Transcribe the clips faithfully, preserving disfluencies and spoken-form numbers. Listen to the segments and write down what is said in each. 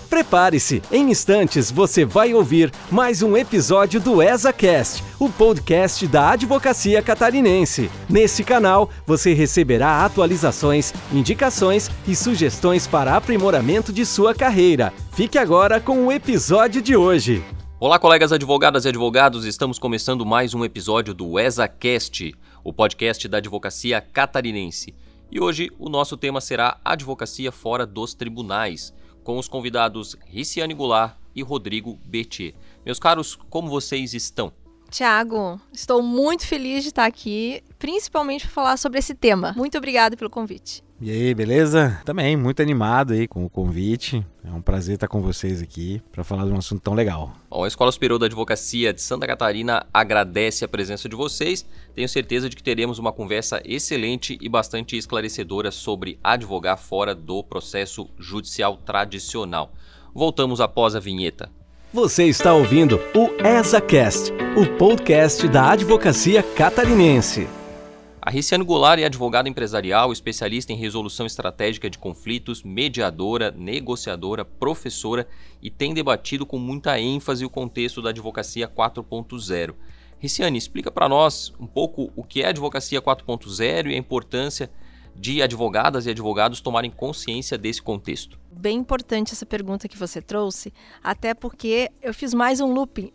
Prepare-se, em instantes você vai ouvir mais um episódio do ESAcast, o podcast da Advocacia Catarinense. Nesse canal, você receberá atualizações, indicações e sugestões para aprimoramento de sua carreira. Fique agora com o episódio de hoje. Olá, colegas advogadas e advogados, estamos começando mais um episódio do ESAcast, o podcast da Advocacia Catarinense. E hoje o nosso tema será Advocacia fora dos tribunais, com os convidados Riciane Goulart e Rodrigo Bertier. Meus caros, como vocês estão? Tiago, estou muito feliz de estar aqui, principalmente para falar sobre esse tema. Muito obrigada pelo convite. E aí, beleza? Também muito animado aí com o convite. É um prazer estar com vocês aqui para falar de um assunto tão legal. Bom, a Escola Superior da Advocacia de Santa Catarina agradece a presença de vocês. Tenho certeza de que teremos uma conversa excelente e bastante esclarecedora sobre advogar fora do processo judicial tradicional. Voltamos após a vinheta. Você está ouvindo o ESAcast, o podcast da Advocacia Catarinense. A Riciane Goulart é advogada empresarial, especialista em resolução estratégica de conflitos, mediadora, negociadora, professora e tem debatido com muita ênfase o contexto da advocacia quatro ponto zero. Riciane, explica para nós um pouco o que é a advocacia quatro ponto zero e a importância de advogadas e advogados tomarem consciência desse contexto. Bem importante essa pergunta que você trouxe, até porque eu fiz mais um looping.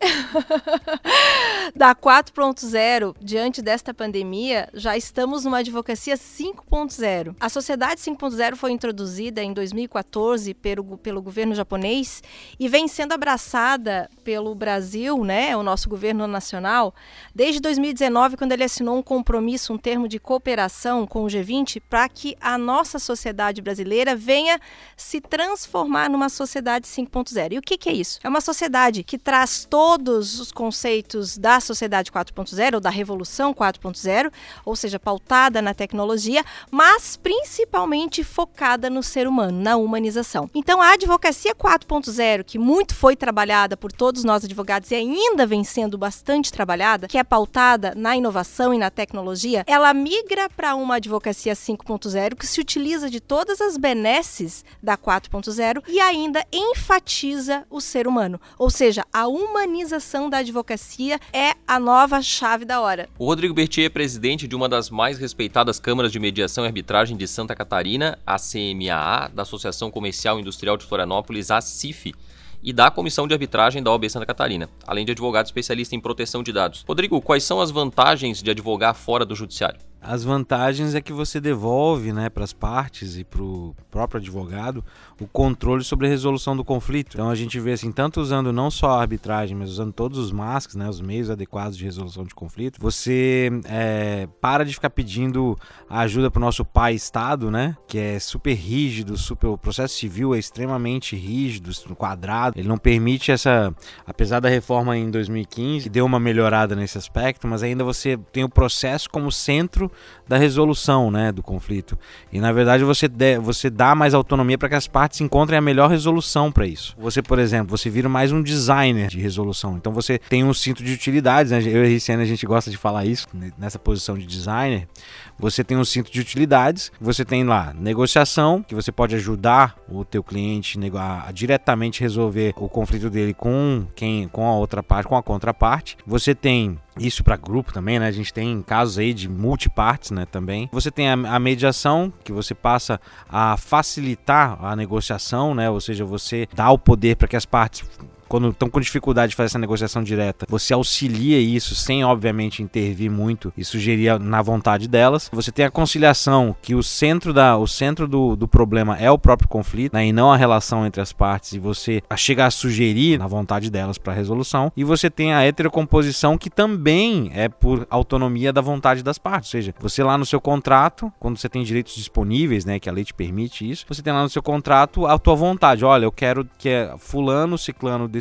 Da quatro ponto zero, diante desta pandemia, já estamos numa advocacia cinco ponto zero. A Sociedade cinco ponto zero foi introduzida em dois mil e quatorze pelo, pelo governo japonês e vem sendo abraçada pelo Brasil, né, o nosso governo nacional, desde dois mil e dezenove, quando ele assinou um compromisso, um termo de cooperação com o G vinte, para que a nossa sociedade brasileira venha se transformar numa sociedade cinco ponto zero. E o que, que é isso? É uma sociedade que traz todos os conceitos da sociedade quatro ponto zero, ou da revolução quatro ponto zero, ou seja, pautada na tecnologia, mas principalmente focada no ser humano, na humanização. Então, a advocacia quatro ponto zero, que muito foi trabalhada por todos nós advogados e ainda vem sendo bastante trabalhada, que é pautada na inovação e na tecnologia, ela migra para uma advocacia cinco ponto zero que se utiliza de todas as benesses da quatro ponto zero e ainda enfatiza o ser humano. Ou seja, a humanização da advocacia é a nova chave da hora. O Rodrigo Bertier é presidente de uma das mais respeitadas câmaras de mediação e arbitragem de Santa Catarina, a C M A A, da Associação Comercial e Industrial de Florianópolis, a C I F, e da Comissão de Arbitragem da O A B Santa Catarina, além de advogado especialista em proteção de dados. Rodrigo, quais são as vantagens de advogar fora do judiciário? As vantagens é que você devolve, né, para as partes e para o próprio advogado o controle sobre a resolução do conflito. Então a gente vê assim, tanto usando não só a arbitragem, mas usando todos os M A S Cs, né, os meios adequados de resolução de conflito, você é, para de ficar pedindo a ajuda para o nosso pai Estado, né, que é super rígido, super, o processo civil é extremamente rígido, quadrado, ele não permite essa, apesar da reforma em dois mil e quinze, que deu uma melhorada nesse aspecto, mas ainda você tem o processo como centro da resolução, né, do conflito. E na verdade você, de, você dá mais autonomia para que as partes encontrem a melhor resolução para isso. Você, por exemplo, você vira mais um designer de resolução. Então você tem um cinto de utilidades, né? Eu e a Riciane, a gente gosta de falar isso, nessa posição de designer. Você tem um cinto de utilidades, você tem lá negociação, que você pode ajudar o teu cliente a, a diretamente resolver o conflito dele com quem, com a outra parte, com a contraparte. Você tem isso para grupo também, né? A gente tem casos aí de multipartes, né, também. Você tem a, a mediação, que você passa a facilitar a negociação, né? Ou seja, você dá o poder para que as partes, quando estão com dificuldade de fazer essa negociação direta, você auxilia isso sem, obviamente, intervir muito e sugerir na vontade delas. Você tem a conciliação, que o centro, da, o centro do, do problema é o próprio conflito, né, e não a relação entre as partes, e você chega a sugerir na vontade delas para a resolução. E você tem a heterocomposição, que também é por autonomia da vontade das partes. Ou seja, você lá no seu contrato, quando você tem direitos disponíveis, né, que a lei te permite isso, você tem lá no seu contrato a tua vontade. Olha, eu quero que fulano, ciclano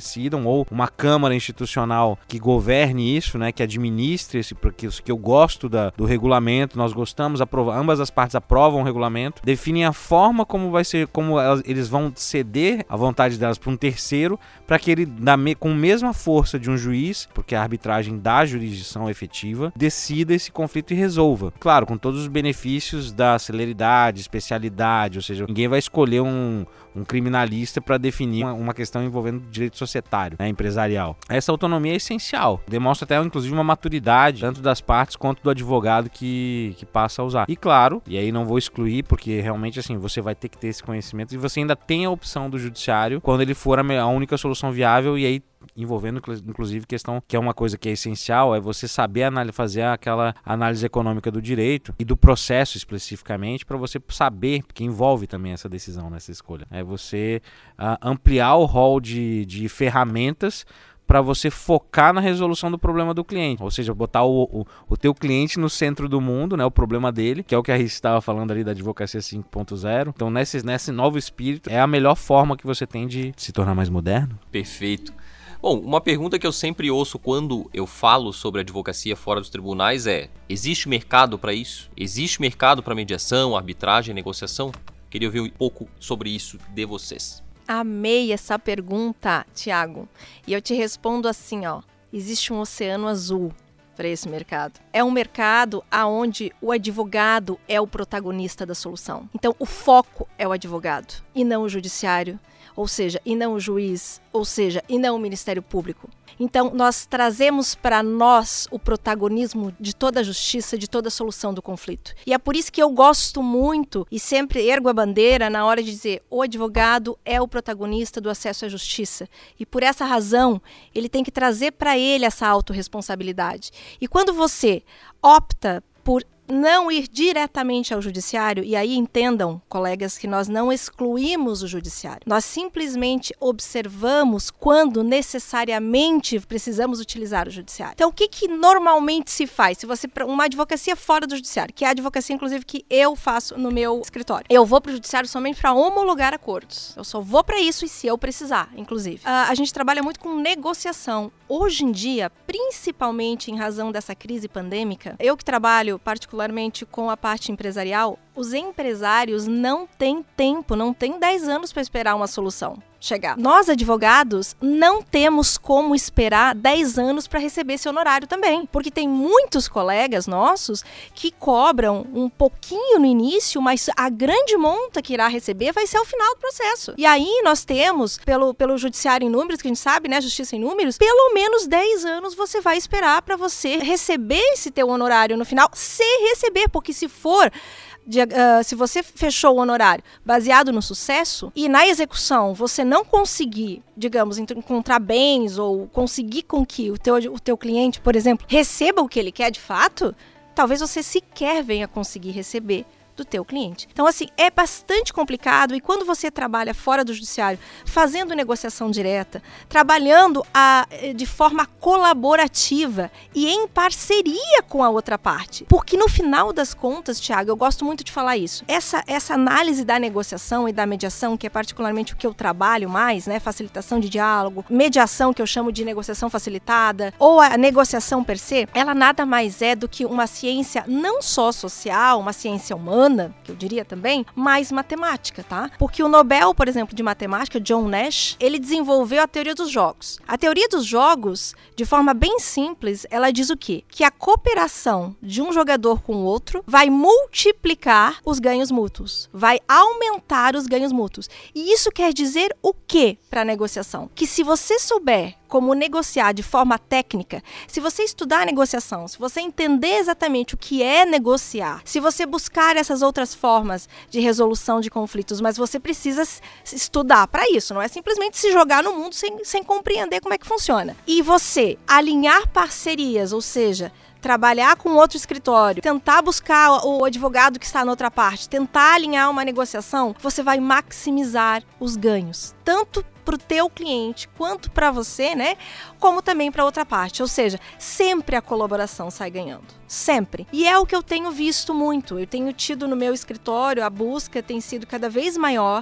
decidam, ou uma câmara institucional que governe isso, né, que administre esse, porque isso que eu gosto da, do regulamento, nós gostamos, aprova, ambas as partes aprovam o regulamento, definem a forma como vai ser, como elas, eles vão ceder a vontade delas para um terceiro, para que ele, da, com a mesma força de um juiz, porque a arbitragem dá jurisdição efetiva, decida esse conflito e resolva. Claro, com todos os benefícios da celeridade, especialidade, ou seja, ninguém vai escolher um, um criminalista para definir uma, uma questão envolvendo direito societário, né, empresarial. Essa autonomia é essencial, demonstra até inclusive uma maturidade, tanto das partes quanto do advogado que, que passa a usar. E claro, e aí não vou excluir, porque realmente assim, você vai ter que ter esse conhecimento e você ainda tem a opção do judiciário quando ele for a, a única solução viável, e aí envolvendo inclusive questão que é uma coisa que é essencial, é você saber fazer aquela análise econômica do direito e do processo especificamente, para você saber, porque envolve também essa decisão, nessa escolha, é você uh, ampliar o rol de, de ferramentas para você focar na resolução do problema do cliente, ou seja, botar o, o, o teu cliente no centro do mundo, né, o problema dele, que é o que a Rita estava falando ali da advocacia cinco ponto zero. Então nesse, nesse novo espírito é a melhor forma que você tem de se tornar mais moderno. Perfeito. Bom, uma pergunta que eu sempre ouço quando eu falo sobre advocacia fora dos tribunais é: existe mercado para isso? Existe mercado para mediação, arbitragem, negociação? Queria ouvir um pouco sobre isso de vocês. Amei essa pergunta, Tiago. E eu te respondo assim, ó: existe um oceano azul para esse mercado. É um mercado onde o advogado é o protagonista da solução. Então, o foco é o advogado e não o judiciário, ou seja, e não o juiz, ou seja, e não o Ministério Público. Então, nós trazemos para nós o protagonismo de toda a justiça, de toda a solução do conflito. E é por isso que eu gosto muito e sempre ergo a bandeira na hora de dizer: o advogado é o protagonista do acesso à justiça. E por essa razão, ele tem que trazer para ele essa autorresponsabilidade. E quando você opta por não ir diretamente ao judiciário, e aí entendam, colegas, que nós não excluímos o judiciário. Nós simplesmente observamos quando necessariamente precisamos utilizar o judiciário. Então, o que, que normalmente se faz? Se você uma advocacia fora do judiciário, que é a advocacia, inclusive, que eu faço no meu escritório. Eu vou para o judiciário somente para homologar acordos. Eu só vou para isso e se eu precisar, inclusive. Uh, a gente trabalha muito com negociação. Hoje em dia, principalmente em razão dessa crise pandêmica, eu que trabalho particularmente com a parte empresarial, os empresários não têm tempo, não têm dez anos para esperar uma solução chegar. Nós, advogados, não temos como esperar dez anos para receber esse honorário também, porque tem muitos colegas nossos que cobram um pouquinho no início, mas a grande monta que irá receber vai ser ao final do processo. E aí nós temos, pelo, pelo judiciário em números, que a gente sabe, né, justiça em números, pelo menos dez anos você vai esperar para você receber esse teu honorário no final, se receber, porque se for De, uh, se você fechou o honorário baseado no sucesso e na execução você não conseguir, digamos, encontrar bens ou conseguir com que o teu, o teu cliente, por exemplo, receba o que ele quer de fato, talvez você sequer venha conseguir receber do teu cliente. Então, assim, é bastante complicado, e quando você trabalha fora do judiciário, fazendo negociação direta, trabalhando a, de forma colaborativa e em parceria com a outra parte, porque no final das contas, Tiago, eu gosto muito de falar isso, essa, essa análise da negociação e da mediação, que é particularmente o que eu trabalho mais, né, facilitação de diálogo, mediação, que eu chamo de negociação facilitada, ou a negociação per se, ela nada mais é do que uma ciência não só social, uma ciência humana, que eu diria também, mas matemática, tá? Porque o Nobel, por exemplo, de matemática, John Nash, ele desenvolveu a teoria dos jogos. A teoria dos jogos, de forma bem simples, ela diz o quê? Que a cooperação de um jogador com o outro vai multiplicar os ganhos mútuos, vai aumentar os ganhos mútuos. E isso quer dizer o quê para a negociação? Que se você souber como negociar de forma técnica, se você estudar a negociação, se você entender exatamente o que é negociar, se você buscar essas outras formas de resolução de conflitos, mas você precisa estudar para isso, não é simplesmente se jogar no mundo sem, sem compreender como é que funciona. E você alinhar parcerias, ou seja, trabalhar com outro escritório, tentar buscar o advogado que está na outra parte, tentar alinhar uma negociação, você vai maximizar os ganhos, tanto para o teu cliente quanto para você, né? Como também para outra parte. Ou seja, sempre a colaboração sai ganhando. Sempre. E é o que eu tenho visto muito. Eu tenho tido no meu escritório, a busca tem sido cada vez maior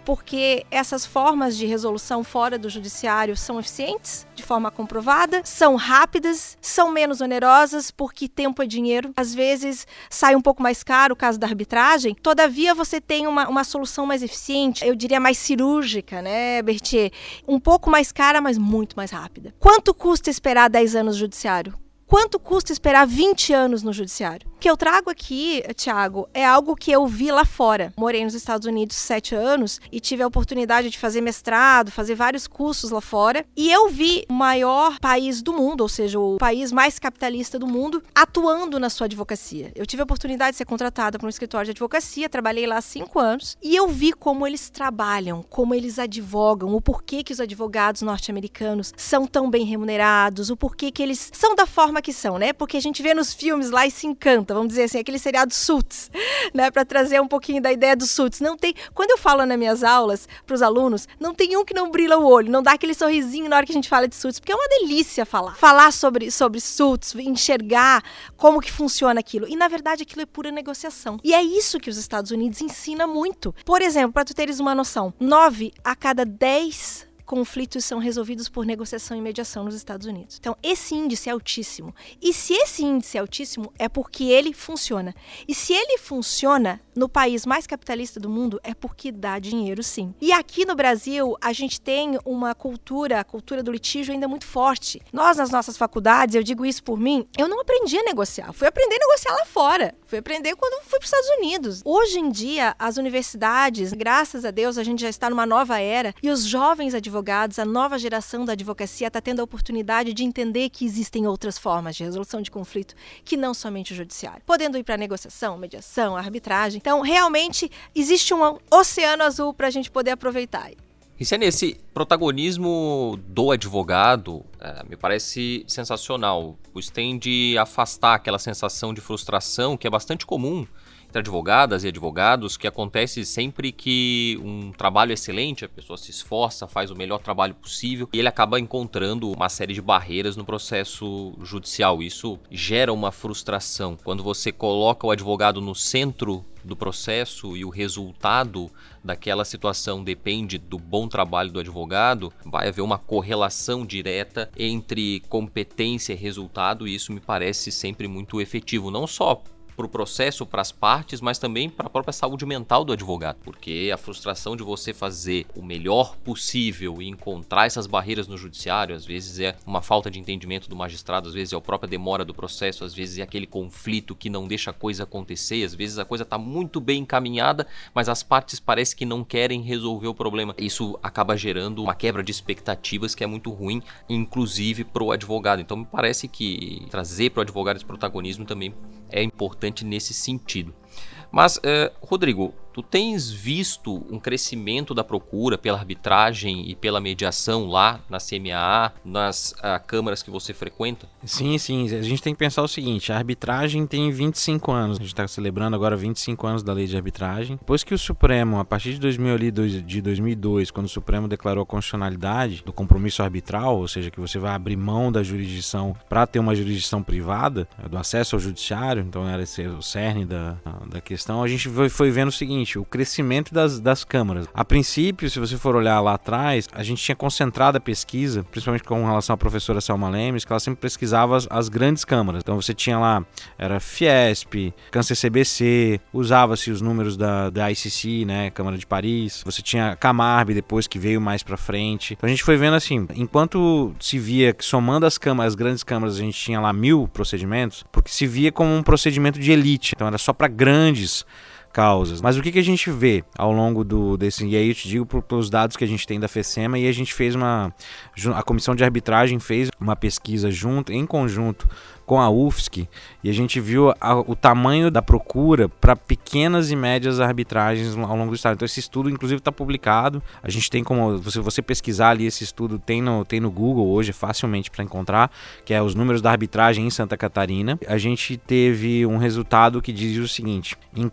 porque essas formas de resolução fora do judiciário são eficientes, de forma comprovada, são rápidas, são menos onerosas, porque tempo é dinheiro. Às vezes sai um pouco mais caro o caso da arbitragem, todavia você tem uma, uma solução mais eficiente, eu diria mais cirúrgica, né, Berthier? Um pouco mais cara, mas muito mais rápida. Quanto custa esperar dez anos no judiciário? Quanto custa esperar vinte anos no judiciário? O que eu trago aqui, Tiago, é algo que eu vi lá fora. Morei nos Estados Unidos sete anos e tive a oportunidade de fazer mestrado, fazer vários cursos lá fora. E eu vi o maior país do mundo, ou seja, o país mais capitalista do mundo, atuando na sua advocacia. Eu tive a oportunidade de ser contratada para um escritório de advocacia, trabalhei lá há cinco anos, e eu vi como eles trabalham, como eles advogam, o porquê que os advogados norte-americanos são tão bem remunerados, o porquê que eles são da forma que são, né? Porque a gente vê nos filmes lá e se encanta, vamos dizer assim, aquele seriado Suits, né? Para trazer um pouquinho da ideia do Suits. Não tem, quando eu falo nas minhas aulas para os alunos, não tem um que não brilha o olho, não dá aquele sorrisinho na hora que a gente fala de Suits, porque é uma delícia falar. Falar sobre, sobre Suits, enxergar como que funciona aquilo. E na verdade aquilo é pura negociação. E é isso que os Estados Unidos ensina muito. Por exemplo, para tu teres uma noção, nove a cada dez conflitos são resolvidos por negociação e mediação nos Estados Unidos. Então, esse índice é altíssimo. E se esse índice é altíssimo, é porque ele funciona. E se ele funciona no país mais capitalista do mundo, é porque dá dinheiro, sim. E aqui no Brasil, a gente tem uma cultura, a cultura do litígio ainda muito forte. Nós, nas nossas faculdades, eu digo isso por mim, eu não aprendi a negociar. Fui aprender a negociar lá fora. Fui aprender quando fui para os Estados Unidos. Hoje em dia, as universidades, graças a Deus, a gente já está numa nova era e os jovens advogados, a nova geração da advocacia está tendo a oportunidade de entender que existem outras formas de resolução de conflito que não somente o judiciário. Podendo ir para negociação, mediação, arbitragem. Então, realmente, existe um oceano azul para a gente poder aproveitar. Riciane, esse protagonismo do advogado é, me parece sensacional, pois tem de afastar aquela sensação de frustração que é bastante comum entre advogadas e advogados, que acontece sempre que um trabalho excelente, a pessoa se esforça, faz o melhor trabalho possível e ele acaba encontrando uma série de barreiras no processo judicial. Isso gera uma frustração. Quando você coloca o advogado no centro do processo e o resultado daquela situação depende do bom trabalho do advogado, vai haver uma correlação direta entre competência e resultado, e isso me parece sempre muito efetivo, não só para o processo, para as partes, mas também para a própria saúde mental do advogado, porque a frustração de você fazer o melhor possível e encontrar essas barreiras no judiciário, às vezes é uma falta de entendimento do magistrado, às vezes é a própria demora do processo, às vezes é aquele conflito que não deixa a coisa acontecer, às vezes a coisa está muito bem encaminhada, mas as partes parecem que não querem resolver o problema. Isso acaba gerando uma quebra de expectativas que é muito ruim, inclusive para o advogado. Então me parece que trazer para o advogado esse protagonismo também é importante nesse sentido. Mas, eh, Rodrigo, tu tens visto um crescimento da procura pela arbitragem e pela mediação lá na C M A A, nas ah, câmaras que você frequenta? Sim, sim. A gente tem que pensar o seguinte, a arbitragem tem vinte e cinco anos. A gente está celebrando agora vinte e cinco anos da lei de arbitragem. Depois que o Supremo, a partir de dois mil, ali, de dois mil e dois, quando o Supremo declarou a constitucionalidade do compromisso arbitral, ou seja, que você vai abrir mão da jurisdição para ter uma jurisdição privada, do acesso ao judiciário, então era esse o cerne da, da questão, a gente foi, foi vendo o seguinte, o crescimento das, das câmaras. A princípio, se você for olhar lá atrás, a gente tinha concentrado a pesquisa, principalmente com relação à professora Selma Lemes, que ela sempre pesquisava as, as grandes câmaras. Então você tinha lá, era Fiesp, Câncer C B C, usava-se os números da, da I C C, né, Câmara de Paris, você tinha Camarb depois, que veio mais pra frente. Então a gente foi vendo assim, enquanto se via que somando as câmaras, as grandes câmaras, a gente tinha lá mil procedimentos, porque se via como um procedimento de elite, então era só para grandes causas. Mas o que, que a gente vê ao longo do desse, e aí eu te digo por, pelos dados que a gente tem da FECEMA, e a gente fez uma, a comissão de arbitragem fez uma pesquisa junto, em conjunto com a U F S C, e a gente viu a, o tamanho da procura para pequenas e médias arbitragens ao longo do estado. Então esse estudo inclusive está publicado, a gente tem como, se você pesquisar ali esse estudo, tem no, tem no Google hoje facilmente para encontrar, que é os números da arbitragem em Santa Catarina. A gente teve um resultado que diz o seguinte, enquanto um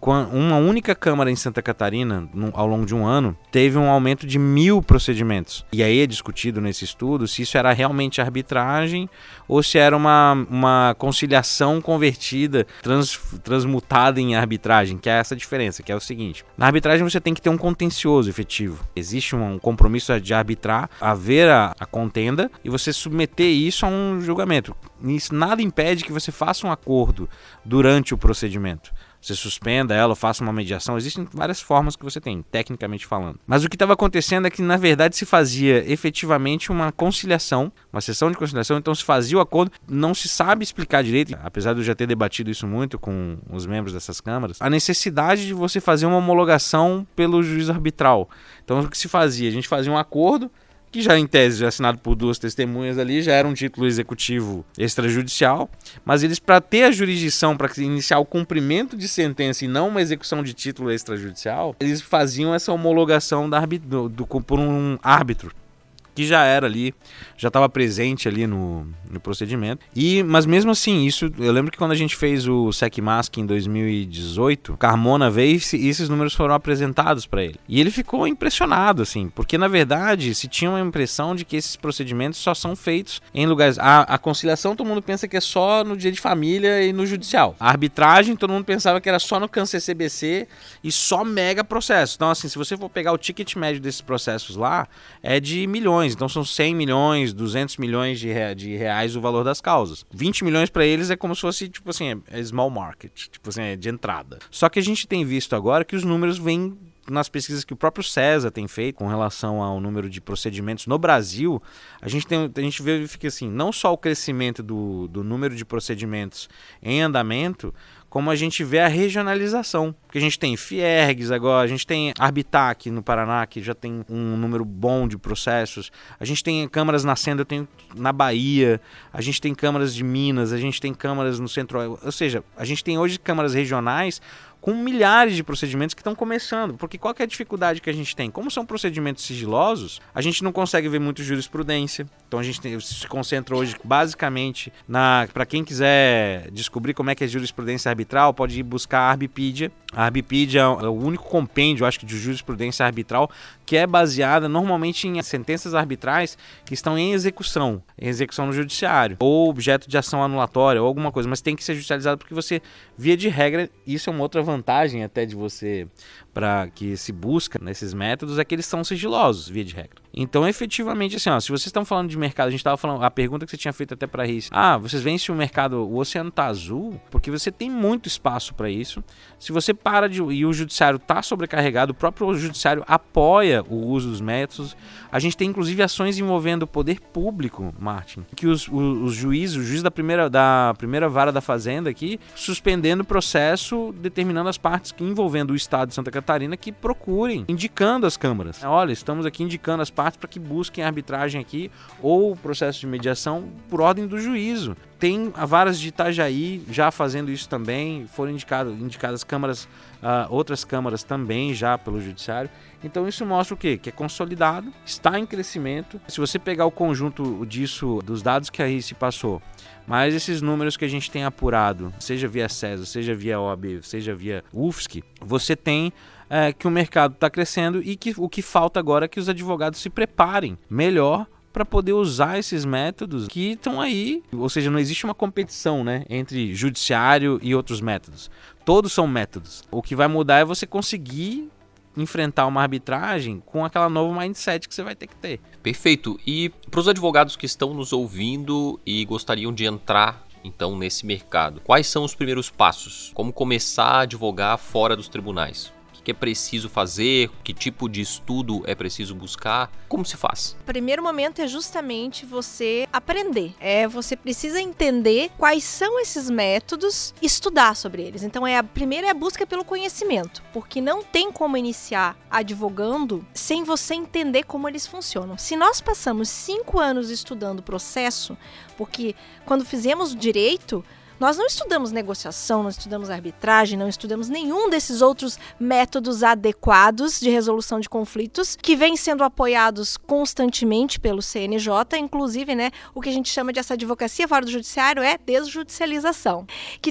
uma única Câmara em Santa Catarina, no, ao longo de um ano, teve um aumento de mil procedimentos. E aí é discutido nesse estudo se isso era realmente arbitragem ou se era uma, uma conciliação convertida, trans, transmutada em arbitragem, que é essa diferença, que é o seguinte. Na arbitragem você tem que ter um contencioso efetivo. Existe um compromisso de arbitrar, haver a, a contenda e você submeter isso a um julgamento. Isso nada impede que você faça um acordo durante o procedimento. Você suspenda ela, faça uma mediação. Existem várias formas que você tem, tecnicamente falando. Mas o que estava acontecendo é que, na verdade, se fazia efetivamente uma conciliação, uma sessão de conciliação, então se fazia o acordo, não se sabe explicar direito, apesar de eu já ter debatido isso muito com os membros dessas câmaras, a necessidade de você fazer uma homologação pelo juiz arbitral. Então, o que se fazia? A gente fazia um acordo, que já em tese, já assinado por duas testemunhas ali, já era um título executivo extrajudicial, mas eles, para ter a jurisdição, para iniciar o cumprimento de sentença e não uma execução de título extrajudicial, eles faziam essa homologação da do, do, por um árbitro, que já era ali, já estava presente ali no, no procedimento. E, mas mesmo assim, isso, eu lembro que quando a gente fez o SecMask em dois mil e dezoito, Carmona veio e esses números foram apresentados para ele. E ele ficou impressionado, assim, porque na verdade se tinha uma impressão de que esses procedimentos só são feitos em lugares... A, a conciliação todo mundo pensa que é só no dia de família e no judicial. A arbitragem todo mundo pensava que era só no CAN-C C B C e só mega processo. Então assim, se você for pegar o ticket médio desses processos lá, é de milhões. Então são cem milhões, duzentos milhões de, rea- de reais o valor das causas. vinte milhões para eles é como se fosse, tipo assim, é small market, tipo assim, é de entrada. Só que a gente tem visto agora que os números vêm nas pesquisas que o próprio César tem feito com relação ao número de procedimentos no Brasil, a gente, tem, a gente verifica assim, não só o crescimento do, do número de procedimentos em andamento, como a gente vê a regionalização. Porque a gente tem Fiergs agora, a gente tem Arbitac no Paraná, que já tem um número bom de processos. A gente tem câmaras nascendo, eu tenho na Bahia, a gente tem câmaras de Minas, a gente tem câmaras no Centro... Ou seja, a gente tem hoje câmaras regionais com milhares de procedimentos que estão começando. Porque qual que é a dificuldade que a gente tem? Como são procedimentos sigilosos, a gente não consegue ver muito jurisprudência. Então a gente tem, se concentra hoje basicamente na... Para quem quiser descobrir como é que é jurisprudência arbitral, pode ir buscar a Arbipídia. A Arbipídia é o único compêndio, acho que, de jurisprudência arbitral que é baseada normalmente em sentenças arbitrais que estão em execução, em execução no judiciário, ou objeto de ação anulatória, ou alguma coisa, mas tem que ser judicializado porque você, via de regra, isso é uma outra vantagem até de você, para que se busca nesses métodos, é que eles são sigilosos, via de regra. Então, efetivamente, assim, ó, se vocês estão falando de mercado, a gente estava falando, a pergunta que você tinha feito até para a Rice, ah, vocês veem se o mercado, o oceano tá azul, porque você tem muito espaço para isso. Se você para de, e o judiciário tá sobrecarregado, o próprio judiciário apoia o uso dos métodos. A gente tem, inclusive, ações envolvendo o poder público, Martin, que os, os, os juízes, o juiz da primeira, da primeira vara da Fazenda aqui, suspendendo o processo, determinando as partes que, envolvendo o Estado de Santa Catarina, que procurem, indicando as câmaras. Olha, estamos aqui indicando as partes para que busquem arbitragem aqui ou processo de mediação por ordem do juízo. Tem varas de Itajaí já fazendo isso também, foram indicado, indicadas câmaras, uh, outras câmaras também já pelo judiciário. Então isso mostra o quê? Que é consolidado, está em crescimento. Se você pegar o conjunto disso, dos dados que a Rice passou, mas esses números que a gente tem apurado, seja via César, seja via O A B, seja via U F S C, você tem é, que o mercado está crescendo e que o que falta agora é que os advogados se preparem melhor para poder usar esses métodos que estão aí. Ou seja, não existe uma competição, né, entre judiciário e outros métodos. Todos são métodos. O que vai mudar é você conseguir enfrentar uma arbitragem com aquela nova mindset que você vai ter que ter. Perfeito. E para os advogados que estão nos ouvindo e gostariam de entrar então nesse mercado, quais são os primeiros passos? Como começar a advogar fora dos tribunais? O que é preciso fazer? Que tipo de estudo é preciso buscar? Como se faz? O primeiro momento é justamente você aprender. É, você precisa entender quais são esses métodos, estudar sobre eles. Então, é a primeira é a busca pelo conhecimento, porque não tem como iniciar advogando sem você entender como eles funcionam. Se nós passamos cinco anos estudando o processo, porque quando fizemos direito, nós não estudamos negociação, não estudamos arbitragem, não estudamos nenhum desses outros métodos adequados de resolução de conflitos que vêm sendo apoiados constantemente pelo C N J, inclusive, né, o que a gente chama de essa advocacia fora do judiciário é desjudicialização, que está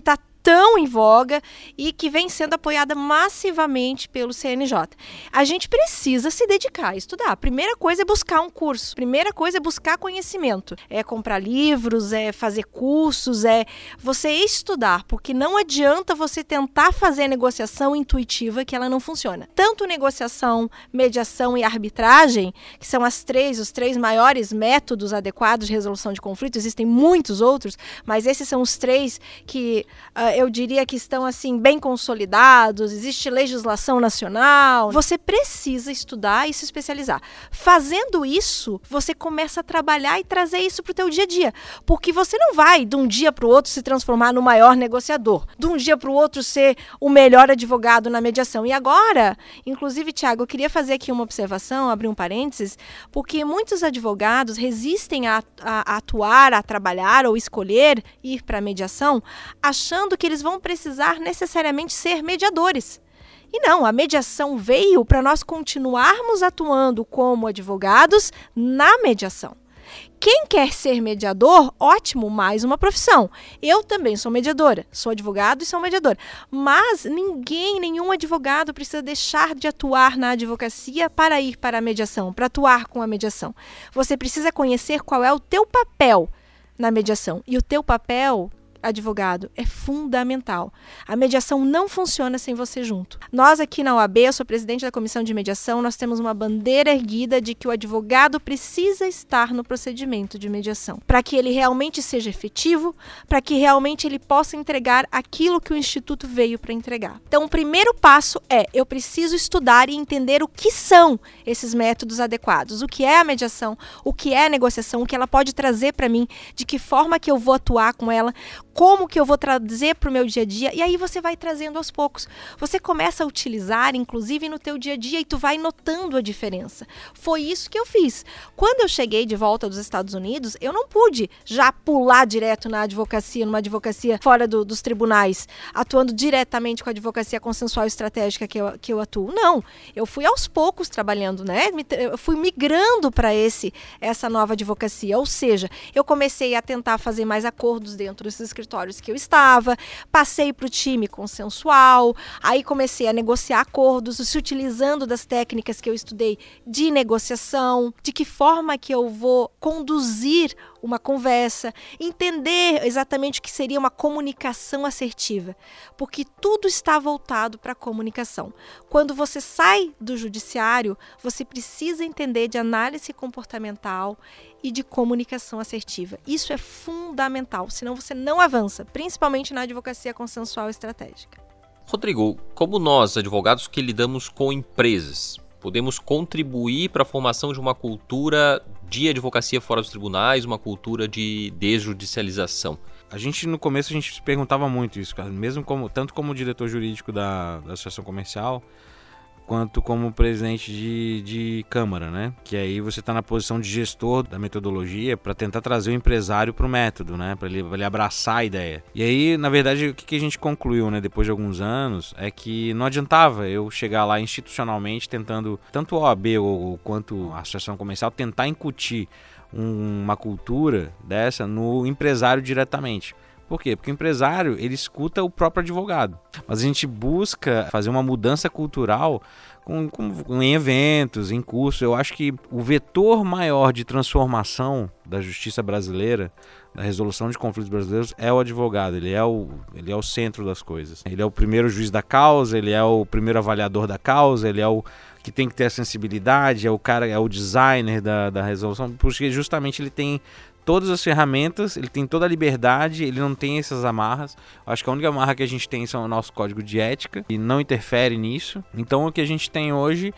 tão em voga e que vem sendo apoiada massivamente pelo C N J. A gente precisa se dedicar a estudar. A primeira coisa é buscar um curso. A primeira coisa é buscar conhecimento. É comprar livros, é fazer cursos, é você estudar, porque não adianta você tentar fazer a negociação intuitiva que ela não funciona. Tanto negociação, mediação e arbitragem, que são as três, os três maiores métodos adequados de resolução de conflitos, existem muitos outros, mas esses são os três que uh, eu diria que estão assim bem consolidados, existe legislação nacional. Você precisa estudar e se especializar. Fazendo isso, você começa a trabalhar e trazer isso para o teu dia a dia, porque você não vai de um dia para o outro se transformar no maior negociador, de um dia para o outro ser o melhor advogado na mediação. E agora, inclusive, Tiago, eu queria fazer aqui uma observação, abrir um parênteses, porque muitos advogados resistem a, a, a atuar, a trabalhar ou escolher ir para a mediação, achando que eles vão precisar necessariamente ser mediadores. E não, a mediação veio para nós continuarmos atuando como advogados na mediação. Quem quer ser mediador, ótimo, mais uma profissão. Eu também sou mediadora, sou advogado e sou mediadora. Mas ninguém, nenhum advogado precisa deixar de atuar na advocacia para ir para a mediação, para atuar com a mediação. Você precisa conhecer qual é o teu papel na mediação. E o teu papel, advogado, é fundamental. A mediação não funciona sem você junto. Nós aqui na O A B, eu sou presidente da comissão de mediação, nós temos uma bandeira erguida de que o advogado precisa estar no procedimento de mediação, para que ele realmente seja efetivo, para que realmente ele possa entregar aquilo que o Instituto veio para entregar. Então, o primeiro passo é, eu preciso estudar e entender o que são esses métodos adequados, o que é a mediação, o que é a negociação, o que ela pode trazer para mim, de que forma que eu vou atuar com ela, como que eu vou trazer para o meu dia a dia, e aí você vai trazendo aos poucos. Você começa a utilizar, inclusive, no teu dia a dia, e tu vai notando a diferença. Foi isso que eu fiz. Quando eu cheguei de volta dos Estados Unidos, eu não pude já pular direto na advocacia, numa advocacia fora do, dos tribunais, atuando diretamente com a advocacia consensual e estratégica que eu, que eu atuo. Não, eu fui aos poucos trabalhando, né? Eu fui migrando para esse essa nova advocacia, ou seja, eu comecei a tentar fazer mais acordos dentro desses escritórios que eu estava, passei para o time consensual, aí comecei a negociar acordos, se utilizando das técnicas que eu estudei de negociação, de que forma que eu vou conduzir uma conversa, entender exatamente o que seria uma comunicação assertiva, porque tudo está voltado para a comunicação. Quando você sai do judiciário, você precisa entender de análise comportamental e de comunicação assertiva. Isso é fundamental, senão você não avança, principalmente na advocacia consensual estratégica. Rodrigo, como nós, advogados que lidamos com empresas, podemos contribuir para a formação de uma cultura de advocacia fora dos tribunais, uma cultura de desjudicialização? A gente, no começo, a gente se perguntava muito isso, cara. Mesmo como, tanto como diretor jurídico da, da Associação Comercial, quanto como presidente de, de Câmara, né? Que aí você está na posição de gestor da metodologia para tentar trazer o empresário para o método, né? Para ele, ele abraçar a ideia. E aí, na verdade, o que, que a gente concluiu, né? Depois de alguns anos, é que não adiantava eu chegar lá institucionalmente tentando, tanto a O A B ou, ou quanto a Associação Comercial, tentar incutir um, uma cultura dessa no empresário diretamente. Por quê? Porque o empresário, ele escuta o próprio advogado. Mas a gente busca fazer uma mudança cultural com, com, em eventos, em cursos. Eu acho que o vetor maior de transformação da justiça brasileira, da resolução de conflitos brasileiros, é o advogado. Ele é o, ele é o centro das coisas. Ele é o primeiro juiz da causa, ele é o primeiro avaliador da causa, ele é o que tem que ter a sensibilidade, é o cara, é o designer da, da resolução, porque justamente ele tem todas as ferramentas, ele tem toda a liberdade, ele não tem essas amarras. Acho que a única amarra que a gente tem são o nosso código de ética e não interfere nisso. Então o que a gente tem hoje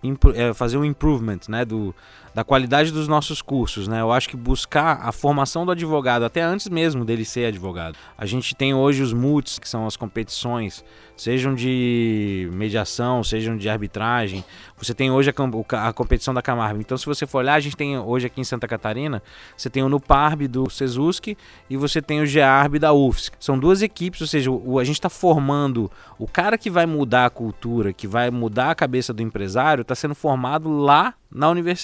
é fazer um improvement, né, do, da qualidade dos nossos cursos, né? Eu acho que buscar a formação do advogado, até antes mesmo dele ser advogado. A gente tem hoje os M U Ts, que são as competições, sejam de mediação, sejam de arbitragem. Você tem hoje a, a competição da Camargo. Então, se você for olhar, a gente tem hoje aqui em Santa Catarina, você tem o NUPARB do SESUSC e você tem o GEARB da U F S C. São duas equipes, ou seja, o, a gente está formando o cara que vai mudar a cultura, que vai mudar a cabeça do empresário, está sendo formado lá na universidade.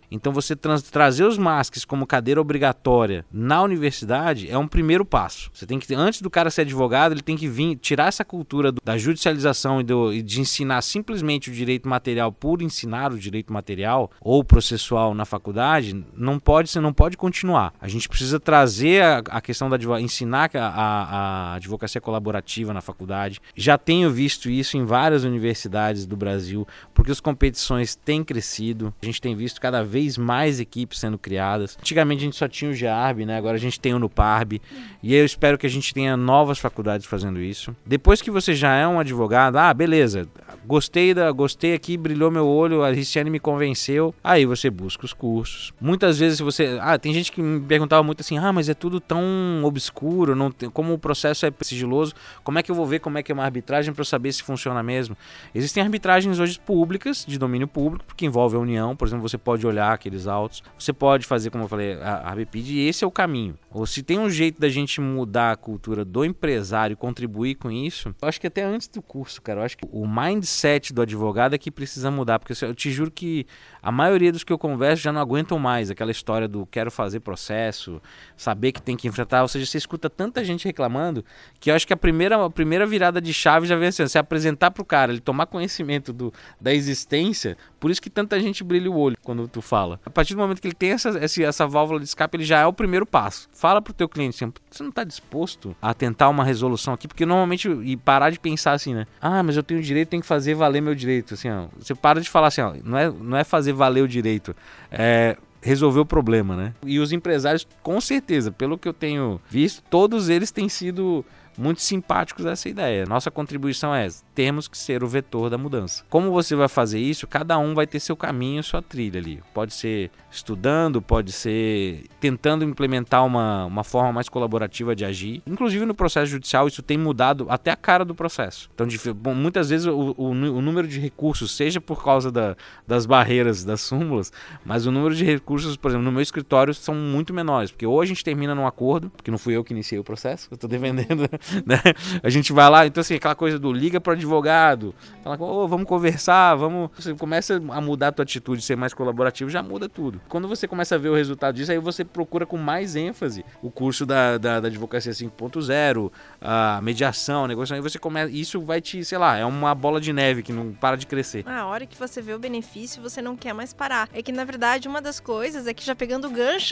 Então você trans, trazer os M A S Cs como cadeira obrigatória na universidade é um primeiro passo. Você tem que, antes do cara ser advogado, ele tem que vir, tirar essa cultura do, da judicialização e, do, e de ensinar simplesmente o direito material por ensinar o direito material ou processual na faculdade. Não pode, você não pode continuar. A gente precisa trazer a, a questão da ensinar a, a, a advocacia colaborativa na faculdade. Já tenho visto isso em várias universidades do Brasil, porque as competições têm crescido. A gente tem visto cada vez mais equipes sendo criadas. Antigamente a gente só tinha o GEARB, né? Agora a gente tem o NUPARB. E eu espero que a gente tenha novas faculdades fazendo isso. Depois que você já é um advogado, ah, beleza, gostei, da, gostei aqui, brilhou meu olho, a Riciane me convenceu. Aí você busca os cursos. Muitas vezes você... Ah, tem gente que me perguntava muito assim, ah, mas é tudo tão obscuro, não tem, como o processo é sigiloso, como é que eu vou ver como é que é uma arbitragem para eu saber se funciona mesmo? Existem arbitragens hoje públicas, de domínio público, porque envolve a União. Por exemplo, você pode olhar aqueles autos, você pode fazer, como eu falei, a ARBPID, e esse é o caminho. Ou se tem um jeito da gente mudar a cultura do empresário e contribuir com isso, eu acho que até antes do curso, cara, eu acho que o mindset do advogado é que precisa mudar, porque eu te juro que a maioria dos que eu converso já não aguentam mais aquela história do quero fazer processo, saber que tem que enfrentar, ou seja, você escuta tanta gente reclamando que eu acho que a primeira, a primeira virada de chave já vem assim, você apresentar pro cara, ele tomar conhecimento do, da existência, por isso que tanta gente brilha o olho quando tu fala. A partir do momento que ele tem essa, essa, essa válvula de escape, ele já é o primeiro passo. Fala pro teu cliente assim, você não tá disposto a tentar uma resolução aqui? Porque normalmente, e parar de pensar assim, né? Ah, mas eu tenho direito, tenho que fazer valer meu direito. Assim, ó, você para de falar assim, ó, não é, não é fazer valer o direito, é resolver o problema, né? E os empresários, com certeza, pelo que eu tenho visto, todos eles têm sido muito simpáticos a essa ideia. Nossa contribuição é, temos que ser o vetor da mudança. Como você vai fazer isso? Cada um vai ter seu caminho, sua trilha ali. Pode ser estudando, pode ser tentando implementar uma, uma forma mais colaborativa de agir. Inclusive no processo judicial isso tem mudado até a cara do processo. Então de, bom, muitas vezes o, o, o número de recursos, seja por causa da, das barreiras das súmulas, mas o número de recursos, por exemplo, no meu escritório são muito menores, porque ou a gente termina num acordo, porque não fui eu que iniciei o processo, eu estou defendendo, né? A gente vai lá, então assim, aquela coisa do liga para o advogado, fala, oh, vamos conversar, vamos... Você começa a mudar a tua atitude, ser mais colaborativo, já muda tudo. Quando você começa a ver o resultado disso, aí você procura com mais ênfase o curso da, da, da advocacia cinco ponto zero, a mediação, a negociação, aí você começa, isso vai te, sei lá, é uma bola de neve que não para de crescer. A hora que você vê o benefício, você não quer mais parar. É que, na verdade, uma das coisas é que, já pegando o gancho,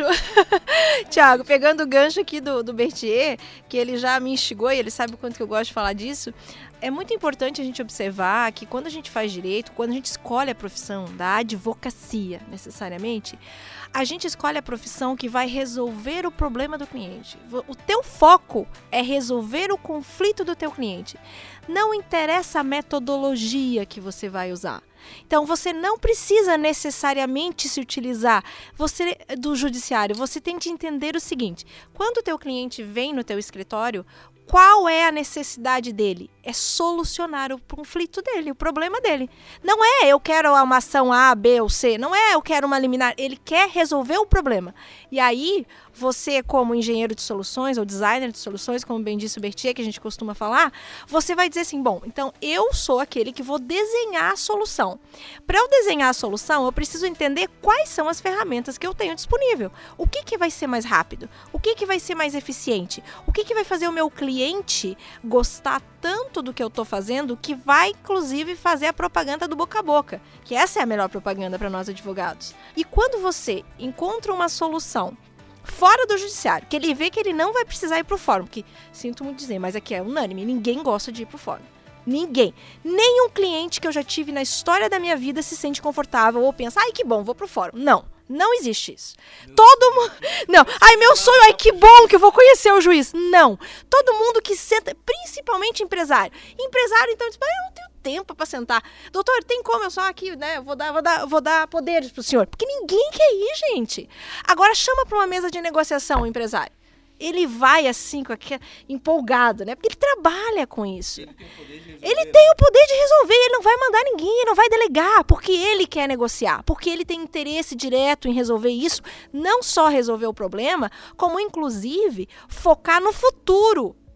Thiago, pegando o gancho aqui do, do Berthier, que ele já me instigou e ele sabe o quanto que eu gosto de falar disso, é muito importante a gente observar que quando a gente faz direito, quando a gente escolhe a profissão da advocacia, necessariamente, a gente escolhe a profissão que vai resolver o problema do cliente. O teu foco é resolver o conflito do teu cliente. Não interessa a metodologia que você vai usar. Então, você não precisa necessariamente se utilizar você, do judiciário. Você tem que entender o seguinte: quando o teu cliente vem no teu escritório, qual é a necessidade dele? É solucionar o conflito dele, o problema dele. Não é eu quero uma ação A, B ou C, não é eu quero uma liminar, ele quer resolver o problema. E aí, você como engenheiro de soluções ou designer de soluções, como bem disse o Berthier, que a gente costuma falar, você vai dizer assim, bom, então eu sou aquele que vou desenhar a solução. Para eu desenhar a solução, eu preciso entender quais são as ferramentas que eu tenho disponível. O que, que vai ser mais rápido? O que, que vai ser mais eficiente? O que, que vai fazer o meu cliente gostar tanto do que eu estou fazendo que vai, inclusive, fazer a propaganda do boca a boca, que essa é a melhor propaganda para nós advogados. E quando você encontra uma solução fora do judiciário, que ele vê que ele não vai precisar ir para o fórum, que sinto muito dizer, mas aqui é unânime, ninguém gosta de ir para o fórum. Ninguém. Nenhum cliente que eu já tive na história da minha vida se sente confortável ou pensa, ai que bom, vou pro fórum. Não, não existe isso. Todo mundo... Não, ai meu sonho, ai que bom que eu vou conhecer o juiz. Não. Todo mundo que senta, principalmente empresário. Empresário então diz, ah, eu não tenho tempo para sentar. Doutor, tem como eu só aqui, né, eu vou dar, vou dar, vou dar poderes pro senhor. Porque ninguém quer ir, gente. Agora chama para uma mesa de negociação o empresário. Ele vai assim, com aquele, empolgado, né? Porque ele trabalha com isso. Ele tem o poder de resolver. Ele tem o poder de resolver, ele não vai mandar ninguém, ele não vai delegar, porque ele quer negociar, porque ele tem interesse direto em resolver isso, não só resolver o problema, como inclusive focar no futuro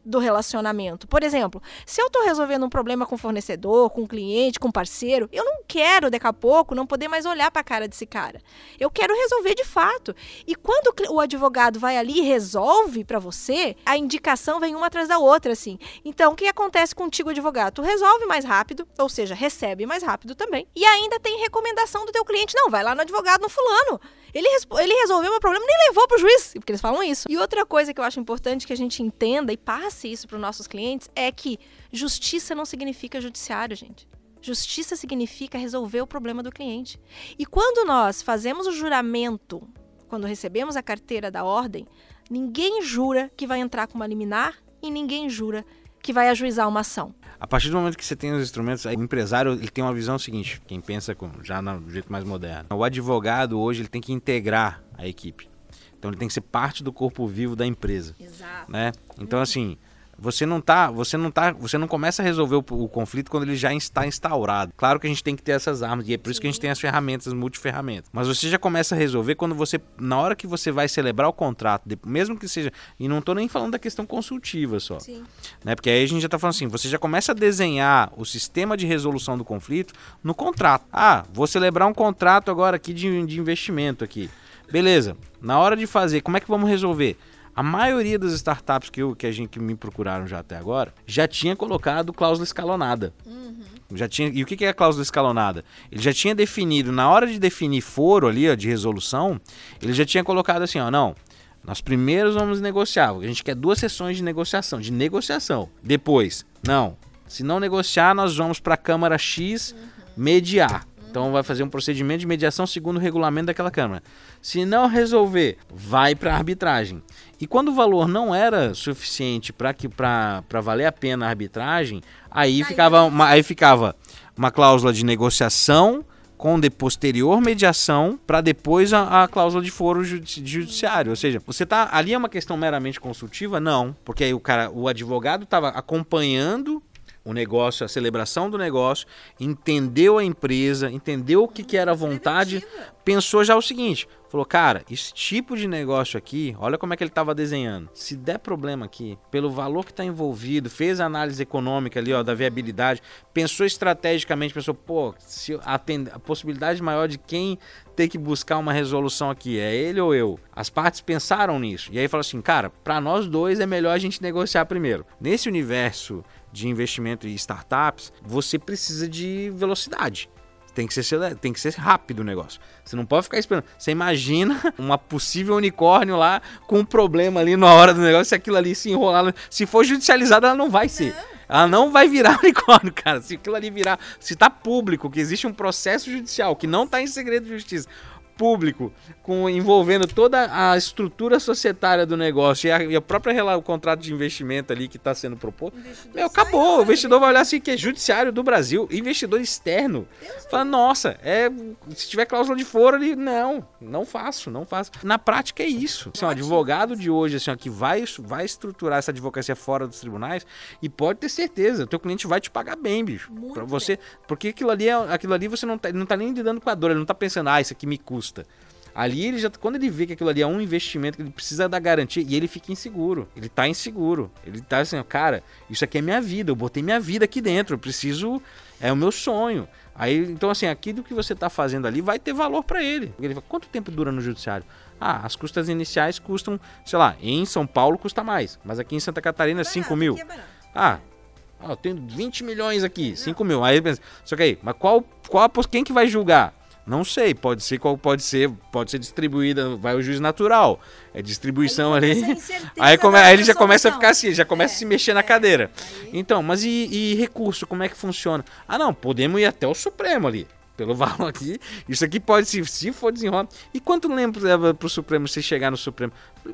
do relacionamento. Por exemplo, se eu estou resolvendo um problema com fornecedor, com cliente, com parceiro, eu não quero, daqui a pouco, não poder mais olhar para a cara desse cara. Eu quero resolver de fato. E quando o advogado vai ali e resolve para você, a indicação vem uma atrás da outra, assim. Então, o que acontece contigo, advogado? Tu resolve mais rápido, ou seja, recebe mais rápido também. E ainda tem recomendação do teu cliente. Não, vai lá no advogado, no fulano. Ele, ele resolveu meu problema, nem levou pro juiz, porque eles falam isso. E outra coisa que eu acho importante que a gente entenda e passe isso para os nossos clientes é que justiça não significa judiciário, gente. Justiça significa resolver o problema do cliente. E quando nós fazemos o juramento, quando recebemos a carteira da ordem, ninguém jura que vai entrar com uma liminar e ninguém jura que vai ajuizar uma ação. A partir do momento que você tem os instrumentos, o empresário ele tem uma visão seguinte, quem pensa com, já no jeito mais moderno. O advogado hoje ele tem que integrar a equipe. Então ele tem que ser parte do corpo vivo da empresa. Exato. Né? Então assim, você não tá, você não tá, você não começa a resolver o, o conflito quando ele já está instaurado. Claro que a gente tem que ter essas armas e é por isso que a gente tem as ferramentas, as multiferramentas. Mas você já começa a resolver quando você, na hora que você vai celebrar o contrato, mesmo que seja, e não tô nem falando da questão consultiva só. Sim. Né? Porque aí a gente já tá falando assim, você já começa a desenhar o sistema de resolução do conflito no contrato. Ah, vou celebrar um contrato agora aqui de, de investimento aqui. Beleza, na hora de fazer, como é que vamos resolver? A maioria das startups que, eu, que a gente que me procuraram já até agora, já tinha colocado cláusula escalonada. Uhum. Já tinha, e o que é a cláusula escalonada? Ele já tinha definido, na hora de definir foro ali, ó, de resolução, ele já tinha colocado assim, ó, não, nós primeiro vamos negociar, a gente quer duas sessões de negociação, de negociação. Depois, não, se não negociar, nós vamos para a Câmara X mediar. Então vai fazer um procedimento de mediação segundo o regulamento daquela Câmara. Se não resolver, vai para a arbitragem. E quando o valor não era suficiente para valer a pena a arbitragem, aí ficava uma, aí ficava uma cláusula de negociação com de posterior mediação para depois a, a cláusula de foro judi- judiciário. Ou seja, você tá ali é uma questão meramente consultiva? Não, porque aí o cara, o advogado estava acompanhando o negócio, a celebração do negócio, entendeu a empresa, entendeu o que, que era a vontade, pensou já o seguinte, falou, cara, esse tipo de negócio aqui, olha como é que ele estava desenhando. Se der problema aqui, pelo valor que está envolvido, fez a análise econômica ali, ó, da viabilidade, pensou estrategicamente, pensou, pô, se atende, a possibilidade maior de quem ter que buscar uma resolução aqui, é ele ou eu? As partes pensaram nisso. E aí falou assim, cara, para nós dois é melhor a gente negociar primeiro. Nesse universo de investimento e startups, você precisa de velocidade. Tem que ser, tem que ser rápido o negócio. Você não pode ficar esperando. Você imagina uma possível unicórnio lá com um problema ali na hora do negócio, se aquilo ali se enrolar. Se for judicializado, ela não vai ser. Ela não vai virar unicórnio, cara. Se aquilo ali virar, se tá público, que existe um processo judicial que não tá em segredo de justiça, público, com, envolvendo toda a estrutura societária do negócio e a, e a própria o contrato de investimento ali que está sendo proposto, meu, acabou. O investidor vai olhar assim, que é judiciário do Brasil, investidor externo. Fala, nossa, é, se tiver cláusula de foro ali, não, não faço, não faço. Na prática é isso. Assim, um advogado de hoje, assim, ó, que vai, vai estruturar essa advocacia fora dos tribunais e pode ter certeza, o teu cliente vai te pagar bem, bicho. Pra você, porque aquilo ali, é, aquilo ali você não tá, ele não tá nem lidando com a dor, ele não tá pensando, ah, isso aqui me custa. Ali ele já, quando ele vê que aquilo ali é um investimento, que ele precisa da garantia, e ele fica inseguro, ele tá inseguro, ele tá assim, cara, isso aqui é minha vida, eu botei minha vida aqui dentro, eu preciso, é o meu sonho. Aí, então assim, aquilo que você tá fazendo ali vai ter valor para ele. Ele fala, quanto tempo dura no judiciário? Ah, as custas iniciais custam, sei lá, em São Paulo custa mais, mas aqui em Santa Catarina é cinco mil. Ah, ó, eu tenho vinte milhões aqui, cinco mil. Aí pensa, só que aí, mas qual, qual, quem que vai julgar? Não sei, pode ser qual pode ser, pode ser distribuída, vai o juiz natural, é distribuição ali. Aí, come, aí ele já começa a ficar assim, já começa é, a se mexer é, na cadeira. Aí... Então, mas e, e recurso, como é que funciona? Ah, não, podemos ir até o Supremo ali, pelo valor aqui. Isso aqui pode, se, se for desenrolar. E quanto tempo leva pro Supremo você chegar no Supremo?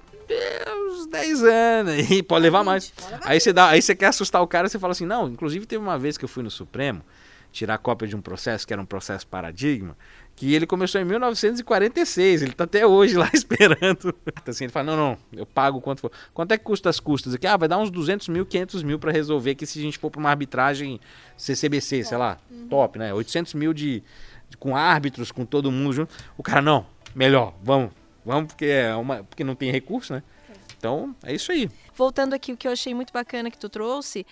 Uns dez anos, aí pode levar mais. Aí você dá, aí você quer assustar o cara, você fala assim, não, inclusive teve uma vez que eu fui no Supremo tirar cópia de um processo, que era um processo paradigma, que ele começou em mil novecentos e quarenta e seis, ele tá até hoje lá esperando. Assim, ele fala, não, não, eu pago quanto for. Quanto é que custa as custas aqui? Ah, vai dar uns duzentos mil, quinhentos mil pra resolver aqui se a gente for pra uma arbitragem C C B C, top. Sei lá, uhum. Top, né? oitocentos mil de, de, com árbitros, com todo mundo junto. O cara, não, melhor, vamos, vamos, porque, é uma, porque não tem recurso, né? Então, é isso aí. Voltando aqui, o que eu achei muito bacana que tu trouxe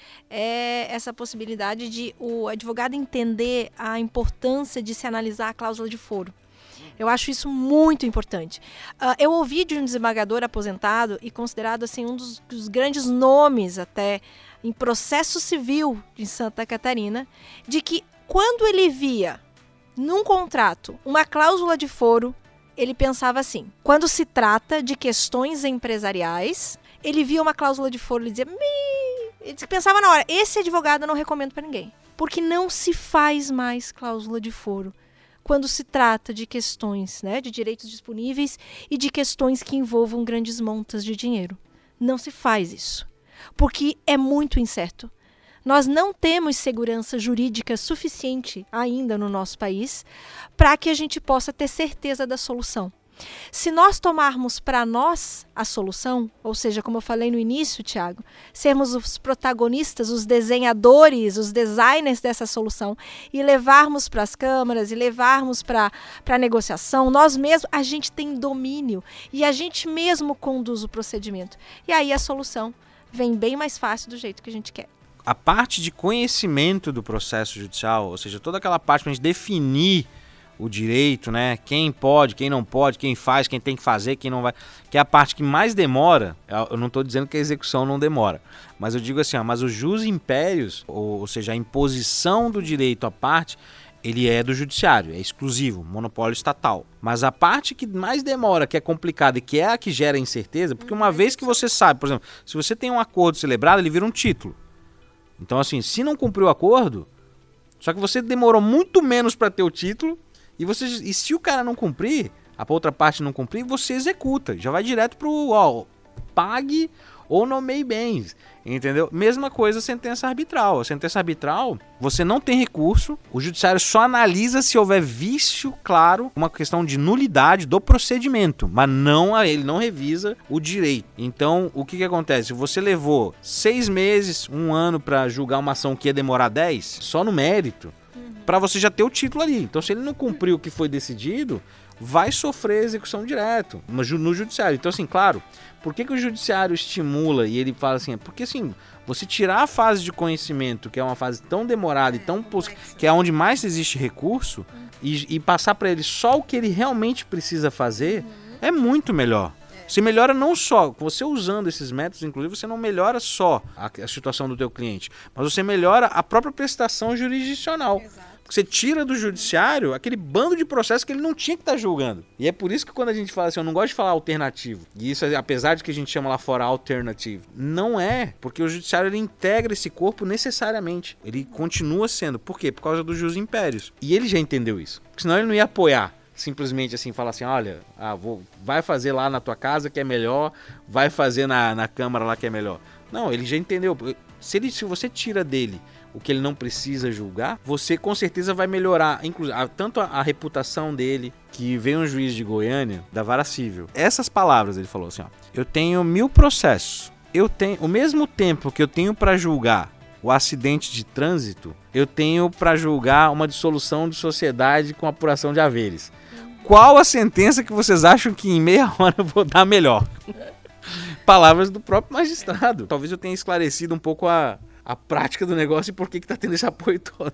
é essa possibilidade de o advogado entender a importância de se analisar a cláusula de foro. Eu acho isso muito importante. Uh, eu ouvi de um desembargador aposentado e considerado assim, um dos, dos grandes nomes até em processo civil de Santa Catarina, de que quando ele via num contrato uma cláusula de foro, ele pensava assim, quando se trata de questões empresariais, ele via uma cláusula de foro e dizia, Me... ele pensava na hora, esse advogado eu não recomendo para ninguém, porque não se faz mais cláusula de foro quando se trata de questões, né, de direitos disponíveis e de questões que envolvam grandes montas de dinheiro. Não se faz isso, porque é muito incerto. Nós não temos segurança jurídica suficiente ainda no nosso país para que a gente possa ter certeza da solução. Se nós tomarmos para nós a solução, ou seja, como eu falei no início, Tiago, sermos os protagonistas, os desenhadores, os designers dessa solução e levarmos para as câmaras e levarmos para a negociação, nós mesmos, a gente tem domínio e a gente mesmo conduz o procedimento. E aí a solução vem bem mais fácil do jeito que a gente quer. A parte de conhecimento do processo judicial, ou seja, toda aquela parte para a gente definir o direito, né? Quem pode, quem não pode, quem faz, quem tem que fazer, quem não vai, que é a parte que mais demora. Eu não estou dizendo que a execução não demora, mas eu digo assim, ó, mas o jus imperius, ou, ou seja, a imposição do direito à parte, ele é do judiciário, é exclusivo, monopólio estatal. Mas a parte que mais demora, que é complicada e que é a que gera incerteza, porque uma vez que você sabe, por exemplo, se você tem um acordo celebrado, ele vira um título. Então, assim, se não cumpriu o acordo, só que você demorou muito menos para ter o título, e, você, e se o cara não cumprir, a outra parte não cumprir, você executa. Já vai direto pro, ó, pague ou nomeie bens, entendeu? Mesma coisa a sentença arbitral. A sentença arbitral, você não tem recurso, o judiciário só analisa se houver vício claro, uma questão de nulidade do procedimento, mas não, ele não revisa o direito. Então, o que que acontece? Você levou seis meses, um ano para julgar uma ação que ia demorar dez, só no mérito, para você já ter o título ali. Então, se ele não cumpriu o que foi decidido, vai sofrer execução direto no judiciário. Então, assim, claro, por que que o judiciário estimula e ele fala assim? Porque, assim, você tirar a fase de conhecimento, que é uma fase tão demorada e tão... que é onde mais existe recurso, e, e passar para ele só o que ele realmente precisa fazer, é muito melhor. Você melhora não só, você usando esses métodos, inclusive, você não melhora só a, a situação do teu cliente, mas você melhora a própria prestação jurisdicional. Exato. Você tira do judiciário aquele bando de processos que ele não tinha que estar julgando. E é por isso que quando a gente fala assim, eu não gosto de falar alternativo, e isso, apesar de que a gente chama lá fora alternative, não é, porque o judiciário ele integra esse corpo necessariamente. Ele continua sendo. Por quê? Por causa dos jus impérios. E ele já entendeu isso. Porque senão ele não ia apoiar. Simplesmente assim, falar assim, olha, ah, vou, vai fazer lá na tua casa que é melhor, vai fazer na, na Câmara lá que é melhor. Não, ele já entendeu. Se, ele, se você tira dele o que ele não precisa julgar, você com certeza vai melhorar, inclusive, tanto a, a reputação dele, que veio um juiz de Goiânia, da Vara Civil. Essas palavras, ele falou assim, ó, eu tenho mil processos, eu tenho o mesmo tempo que eu tenho para julgar o acidente de trânsito, eu tenho para julgar uma dissolução de sociedade com apuração de haveres. Qual a sentença que vocês acham que em meia hora eu vou dar melhor? Palavras do próprio magistrado. Talvez eu tenha esclarecido um pouco a, a prática do negócio e por que está tendo esse apoio todo.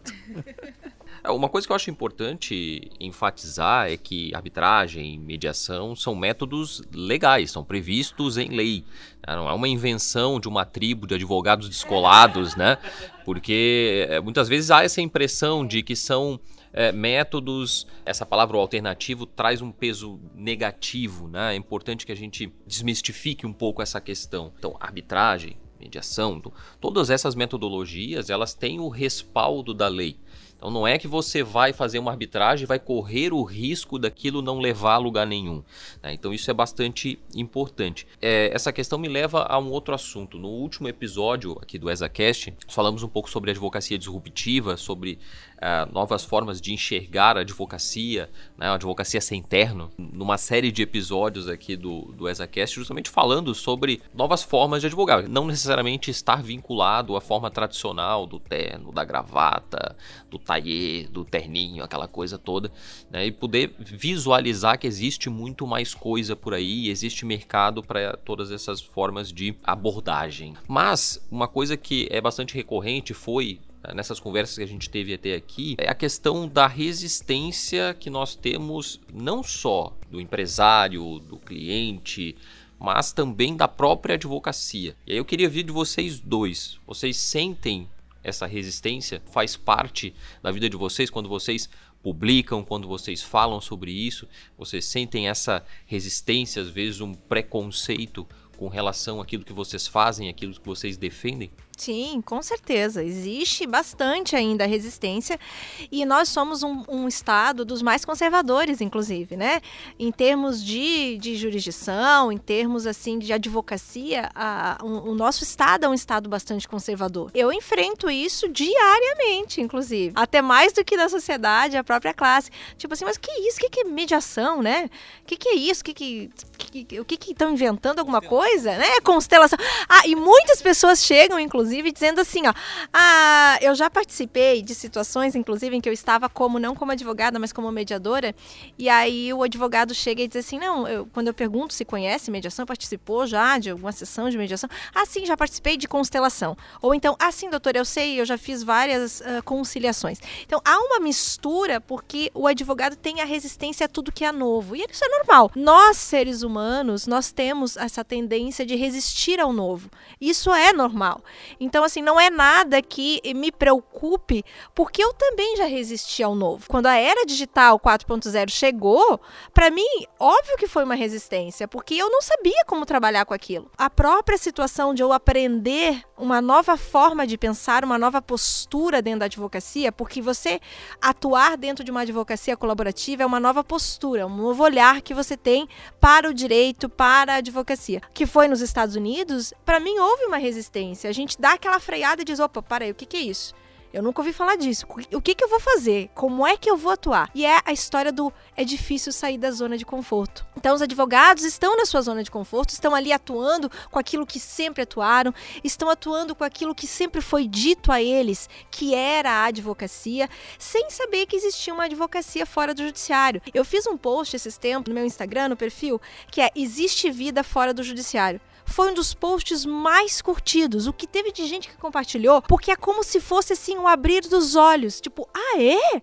Uma coisa que eu acho importante enfatizar é que arbitragem e mediação são métodos legais, são previstos em lei. Não é uma invenção de uma tribo de advogados descolados, né? Porque muitas vezes há essa impressão de que são é, métodos, essa palavra o alternativo traz um peso negativo, né? É importante que a gente desmistifique um pouco essa questão. Então, arbitragem, mediação, todas essas metodologias, elas têm o respaldo da lei. Então não é que você vai fazer uma arbitragem e vai correr o risco daquilo não levar a lugar nenhum, né? Então isso é bastante importante. É, essa questão me leva a um outro assunto. No último episódio aqui do ESACast, falamos um pouco sobre advocacia disruptiva, sobre uh, novas formas de enxergar a advocacia, né? A advocacia sem terno, numa série de episódios aqui do, do ESACast, justamente falando sobre novas formas de advogar. Não necessariamente estar vinculado à forma tradicional do terno, da gravata, do taillé, do terninho, aquela coisa toda, né? E poder visualizar que existe muito mais coisa por aí, existe mercado para todas essas formas de abordagem. Mas uma coisa que é bastante recorrente foi, nessas conversas que a gente teve até aqui, é a questão da resistência que nós temos não só do empresário, do cliente, mas também da própria advocacia. E aí eu queria ver de vocês dois. Vocês sentem essa resistência? Faz parte da vida de vocês quando vocês publicam, quando vocês falam sobre isso? Vocês sentem essa resistência, às vezes um preconceito com relação àquilo que vocês fazem, àquilo que vocês defendem? Sim, com certeza. Existe bastante ainda resistência e nós somos um, um estado dos mais conservadores, inclusive, né? Em termos de, de jurisdição, em termos assim de advocacia, a, um, o nosso estado é um estado bastante conservador. Eu enfrento isso diariamente, inclusive. Até mais do que na sociedade, a própria classe. Tipo assim, mas que isso? O que, que é mediação, né? O que, que é isso? O que que, que, o que que estão inventando alguma coisa, né? Constelação. Ah, e muitas pessoas chegam, inclusive, Inclusive dizendo assim, ó, ah, eu já participei de situações, inclusive, em que eu estava como, não como advogada, mas como mediadora, e aí o advogado chega e diz assim, não, eu, quando eu pergunto se conhece mediação, participou já de alguma sessão de mediação, ah, sim, já participei de constelação, ou então, ah, sim, doutor, eu sei, eu já fiz várias uh, conciliações. Então, há uma mistura porque o advogado tem a resistência a tudo que é novo, e isso é normal. Nós, seres humanos, nós temos essa tendência de resistir ao novo, isso é normal. Então, assim, não é nada que me preocupe, porque eu também já resisti ao novo. Quando a era digital quatro ponto zero chegou, para mim, óbvio que foi uma resistência, porque eu não sabia como trabalhar com aquilo. A própria situação de eu aprender uma nova forma de pensar, uma nova postura dentro da advocacia, porque você atuar dentro de uma advocacia colaborativa é uma nova postura, um novo olhar que você tem para o direito, para a advocacia. Que foi nos Estados Unidos, para mim houve uma resistência. A gente dá aquela freada e diz, opa, para aí, o que, que é isso? Eu nunca ouvi falar disso. O que, que eu vou fazer? Como é que eu vou atuar? E é a história do é difícil sair da zona de conforto. Então, os advogados estão na sua zona de conforto, estão ali atuando com aquilo que sempre atuaram, estão atuando com aquilo que sempre foi dito a eles, que era a advocacia, sem saber que existia uma advocacia fora do judiciário. Eu fiz um post esses tempos no meu Instagram, no perfil, que é Existe vida fora do judiciário. Foi um dos posts mais curtidos, o que teve de gente que compartilhou, porque é como se fosse assim um abrir dos olhos, tipo, ah é?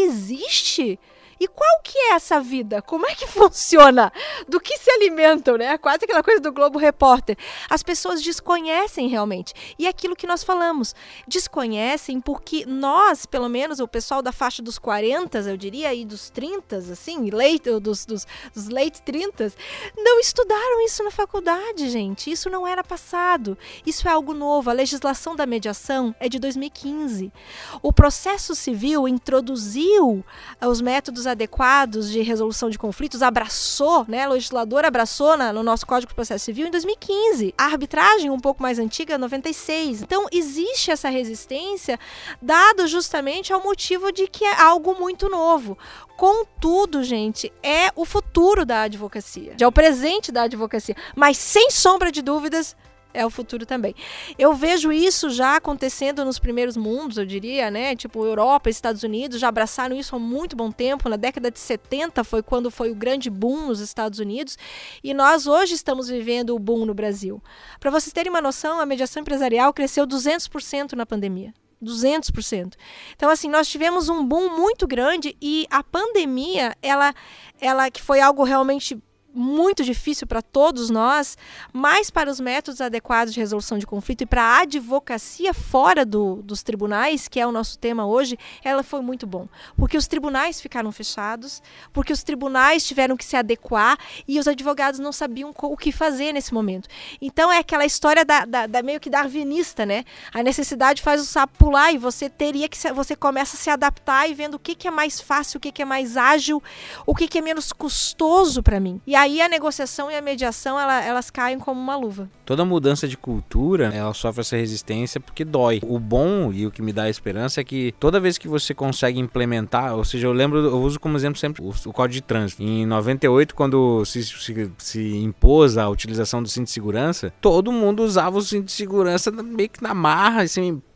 Existe? E qual que é essa vida? Como é que funciona? Do que se alimentam, né? Quase aquela coisa do Globo Repórter. As pessoas desconhecem realmente. E é aquilo que nós falamos. Desconhecem porque nós, pelo menos o pessoal da faixa dos quarenta, eu diria, e dos trinta, assim, late, dos, dos, dos late trinta, não estudaram isso na faculdade, gente. Isso não era passado. Isso é algo novo. A legislação da mediação é de dois mil e quinze. O processo civil introduziu os métodos adequados de resolução de conflitos, abraçou, né, o legislador abraçou na, no nosso Código de Processo Civil em dois mil e quinze. A arbitragem, um pouco mais antiga, noventa e seis. Então, existe essa resistência dado justamente ao motivo de que é algo muito novo. Contudo, gente, é o futuro da advocacia, é o presente da advocacia, mas sem sombra de dúvidas, é o futuro também. Eu vejo isso já acontecendo nos primeiros mundos, eu diria, né? Tipo, Europa, Estados Unidos já abraçaram isso há muito bom tempo. Na década de setenta foi quando foi o grande boom nos Estados Unidos. E nós hoje estamos vivendo o boom no Brasil. Para vocês terem uma noção, a mediação empresarial cresceu duzentos por cento na pandemia. duzentos por cento. Então, assim, nós tivemos um boom muito grande e a pandemia, ela, ela que foi algo realmente muito difícil para todos nós, mas para os métodos adequados de resolução de conflito e para a advocacia fora do, dos tribunais, que é o nosso tema hoje, ela foi muito bom. Porque os tribunais ficaram fechados, porque os tribunais tiveram que se adequar e os advogados não sabiam o que fazer nesse momento. Então é aquela história da, da, da meio que darwinista, né? A necessidade faz o sapo pular e você teria que se, você começa a se adaptar e vendo o que, que é mais fácil, o que, que é mais ágil, o que, que é menos custoso para mim. E aí a negociação e a mediação, ela, elas caem como uma luva. Toda mudança de cultura, ela sofre essa resistência porque dói. O bom e o que me dá a esperança é que toda vez que você consegue implementar, ou seja, eu lembro, eu uso como exemplo sempre o, o Código de Trânsito. Em noventa e oito, quando se, se, se impôs a utilização do cinto de segurança, todo mundo usava o cinto de segurança meio que na marra, assim,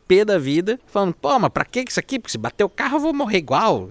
pé da vida, falando, pô, mas pra que isso aqui? Porque se bater o carro eu vou morrer igual.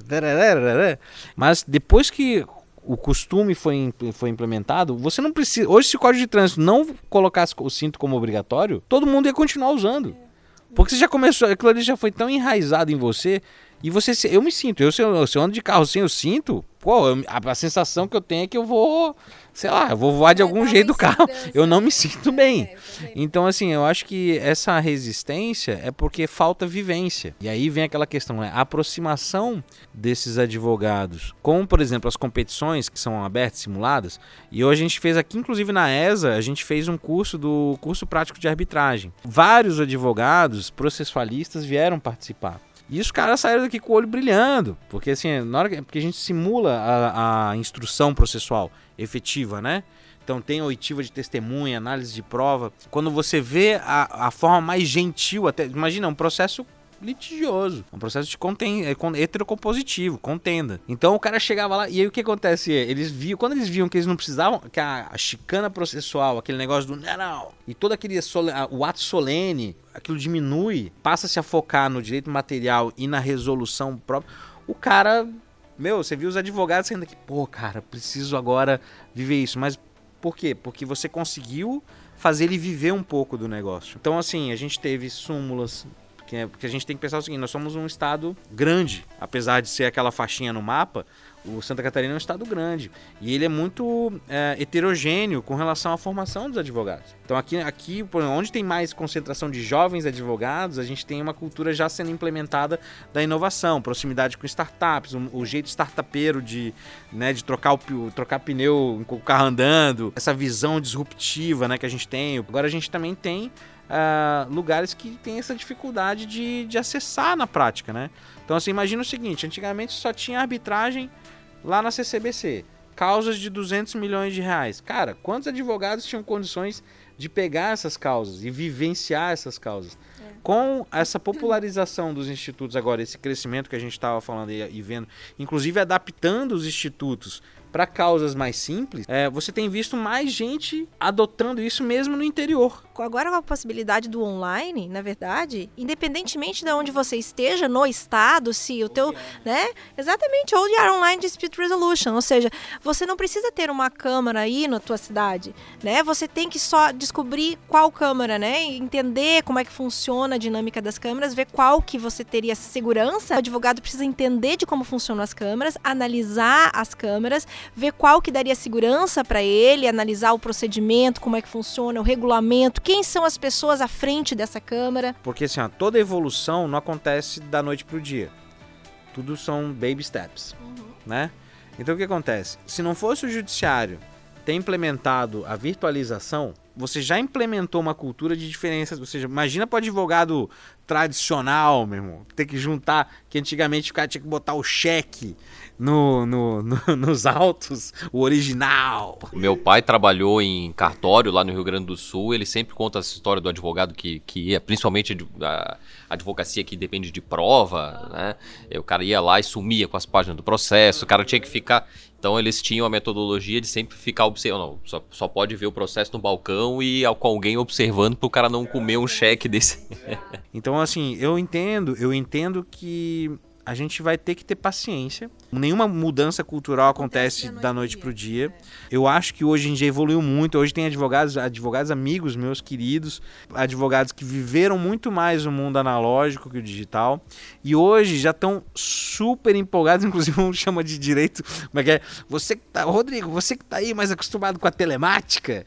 Mas depois que o costume foi, foi implementado, você não precisa... Hoje, se o Código de Trânsito não colocasse o cinto como obrigatório, todo mundo ia continuar usando. Porque você já começou, aquilo ali já foi tão enraizado em você, e você, eu me sinto, eu se eu, se eu ando de carro sem o cinto, pô, eu, a, a sensação que eu tenho é que eu vou, sei lá, eu vou voar de algum jeito do carro, eu não me sinto bem. Então, assim, eu acho que essa resistência é porque falta vivência. E aí vem aquela questão, né? A aproximação desses advogados com, por exemplo, as competições que são abertas, simuladas, e hoje a gente fez aqui, inclusive na E S A, a gente fez um curso do curso prático de arbitragem. Vários advogados processualistas vieram participar. E os caras saíram daqui com o olho brilhando, porque assim, na hora que, porque a gente simula a, a instrução processual efetiva, né? Então tem oitiva de testemunha, análise de prova. Quando você vê a, a forma mais gentil, até imagina, um processo litigioso, um processo de conten heterocompositivo, contenda. Então o cara chegava lá, e aí o que acontece? Eles viam, quando eles viam que eles não precisavam, que a, a chicana processual, aquele negócio do não, não, e todo aquele sole, o ato solene, aquilo diminui, passa-se a focar no direito material e na resolução própria, o cara, meu, você viu os advogados saindo aqui, pô, cara, preciso agora viver isso, mas por quê? Porque você conseguiu fazer ele viver um pouco do negócio. Então assim, a gente teve súmulas, porque a gente tem que pensar o seguinte, nós somos um estado grande, apesar de ser aquela faixinha no mapa, o Santa Catarina é um estado grande, e ele é muito é, heterogêneo com relação à formação dos advogados. Então aqui, aqui, onde tem mais concentração de jovens advogados, a gente tem uma cultura já sendo implementada da inovação, proximidade com startups, o, o jeito startupeiro de, né, de trocar, o, trocar pneu com o carro andando, essa visão disruptiva, né, que a gente tem. Agora a gente também tem Uh, lugares que tem essa dificuldade de, de acessar na prática, né? Então, assim, imagina o seguinte, antigamente só tinha arbitragem lá na C C B C, causas de duzentos milhões de reais. Cara, quantos advogados tinham condições de pegar essas causas e vivenciar essas causas? É. Com essa popularização dos institutos agora, esse crescimento que a gente estava falando e, e vendo, inclusive adaptando os institutos para causas mais simples, é, você tem visto mais gente adotando isso mesmo no interior. Agora com a possibilidade do online, na verdade, independentemente de onde você esteja no estado, se o teu, né, exatamente, ou de online dispute resolution, ou seja, você não precisa ter uma câmara aí na tua cidade, né? Você tem que só descobrir qual câmara, né? Entender como é que funciona a dinâmica das câmaras, ver qual que você teria segurança. O advogado precisa entender de como funcionam as câmaras, analisar as câmaras, ver qual que daria segurança para ele, analisar o procedimento, como é que funciona, o regulamento, quem são as pessoas à frente dessa câmara. Porque assim, ó, toda evolução não acontece da noite pro dia. Tudo são baby steps, uhum. né? Então o que acontece? Se não fosse o judiciário ter implementado a virtualização, você já implementou uma cultura de diferenças. Ou seja, imagina para o advogado tradicional, meu irmão, ter que juntar, que antigamente o cara tinha que botar o cheque no, no, no, nos autos, o original. Meu pai trabalhou em cartório lá no Rio Grande do Sul, ele sempre conta essa história do advogado que, que ia, principalmente a advocacia que depende de prova, né? O cara ia lá e sumia com as páginas do processo, o cara tinha que ficar... Então eles tinham a metodologia de sempre ficar observando, não, só, só pode ver o processo no balcão e com alguém observando para o cara não comer um cheque desse. Então assim, eu entendo, eu entendo que a gente vai ter que ter paciência. Nenhuma mudança cultural acontece da noite pro dia. Eu acho que hoje em dia evoluiu muito. Hoje tem advogados, advogados amigos meus queridos, advogados que viveram muito mais o mundo analógico que o digital. E hoje já estão super empolgados, inclusive um chama de direito, como é que é? Você que tá, Rodrigo, você que tá aí mais acostumado com a telemática,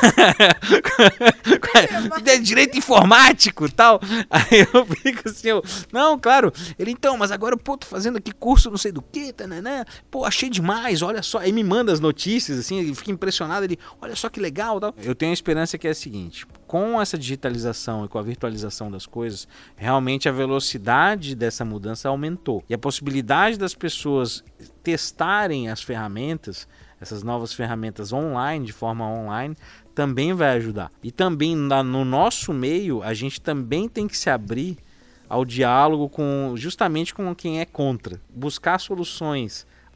com a, direito informático e tal. Aí eu fico assim, eu, não, claro. Ele, então, mas agora pô, tô fazendo aqui curso não sei do que, tá, né, né? Pô, achei demais, olha só. Aí me manda as notícias, assim, ele fica impressionado, ele, olha só que legal, tal. Eu tenho a esperança que é a seguinte, com essa digitalização e com a virtualização das coisas, realmente a velocidade dessa mudança aumentou. E a possibilidade das pessoas testarem as ferramentas, essas novas ferramentas online, de forma online, também vai ajudar. E também no nosso meio, a gente também tem que se abrir ao diálogo com, justamente com quem é contra. Buscar soluções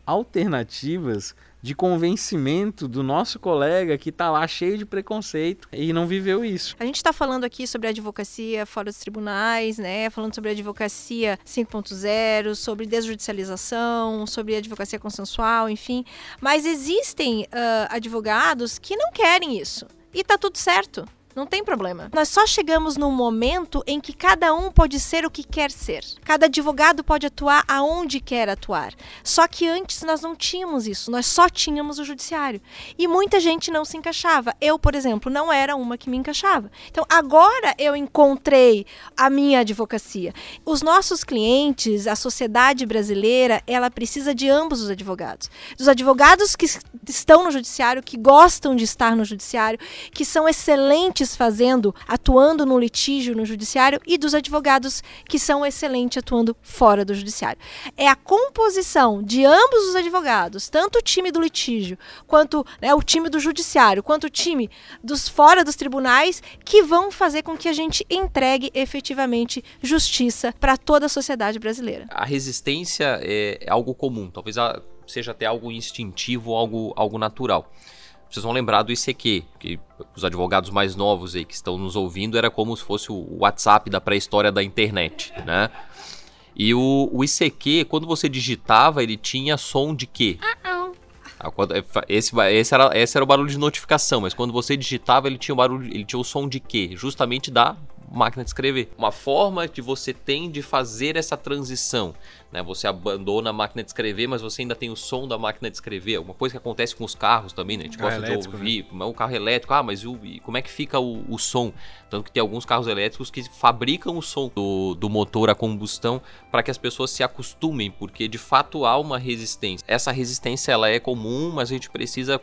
alternativas de convencimento do nosso colega que está lá cheio de preconceito e não viveu isso. A gente está falando aqui sobre a advocacia fora dos tribunais, né? Falando sobre a advocacia cinco ponto zero, sobre desjudicialização, sobre advocacia consensual, enfim. Mas existem uh, advogados que não querem isso. E tá tudo certo. Não tem problema. Nós só chegamos num momento em que cada um pode ser o que quer ser. Cada advogado pode atuar aonde quer atuar. Só que antes nós não tínhamos isso. Nós só tínhamos o judiciário. E muita gente não se encaixava. Eu, por exemplo, não era uma que me encaixava. Então, agora eu encontrei a minha advocacia. Os nossos clientes, a sociedade brasileira, ela precisa de ambos os advogados. Dos advogados que estão no judiciário, que gostam de estar no judiciário, que são excelentes fazendo, atuando no litígio, no judiciário, e dos advogados que são excelentes atuando fora do judiciário. É a composição de ambos os advogados, tanto o time do litígio, quanto né, o time do judiciário, quanto o time dos fora dos tribunais, que vão fazer com que a gente entregue efetivamente justiça para toda a sociedade brasileira. A resistência é algo comum, talvez seja até algo instintivo, algo, algo natural. Vocês vão lembrar do I C Q, que os advogados mais novos aí que estão nos ouvindo era como se fosse o WhatsApp da pré-história da internet, né? E o, o I C Q, quando você digitava, ele tinha som de quê? Esse, esse, era, esse era o barulho de notificação, mas quando você digitava, ele tinha o barulho, ele tinha o som de quê? Justamente da máquina de escrever. Uma forma que você tem de fazer essa transição, né? Você abandona a máquina de escrever, mas você ainda tem o som da máquina de escrever. Uma coisa que acontece com os carros também, né? A gente gosta de ouvir, né? O carro elétrico, ah, mas o, como é que fica o, o som? Tanto que tem alguns carros elétricos que fabricam o som do, do motor a combustão para que as pessoas se acostumem, porque de fato há uma resistência. Essa resistência ela é comum, mas a gente precisa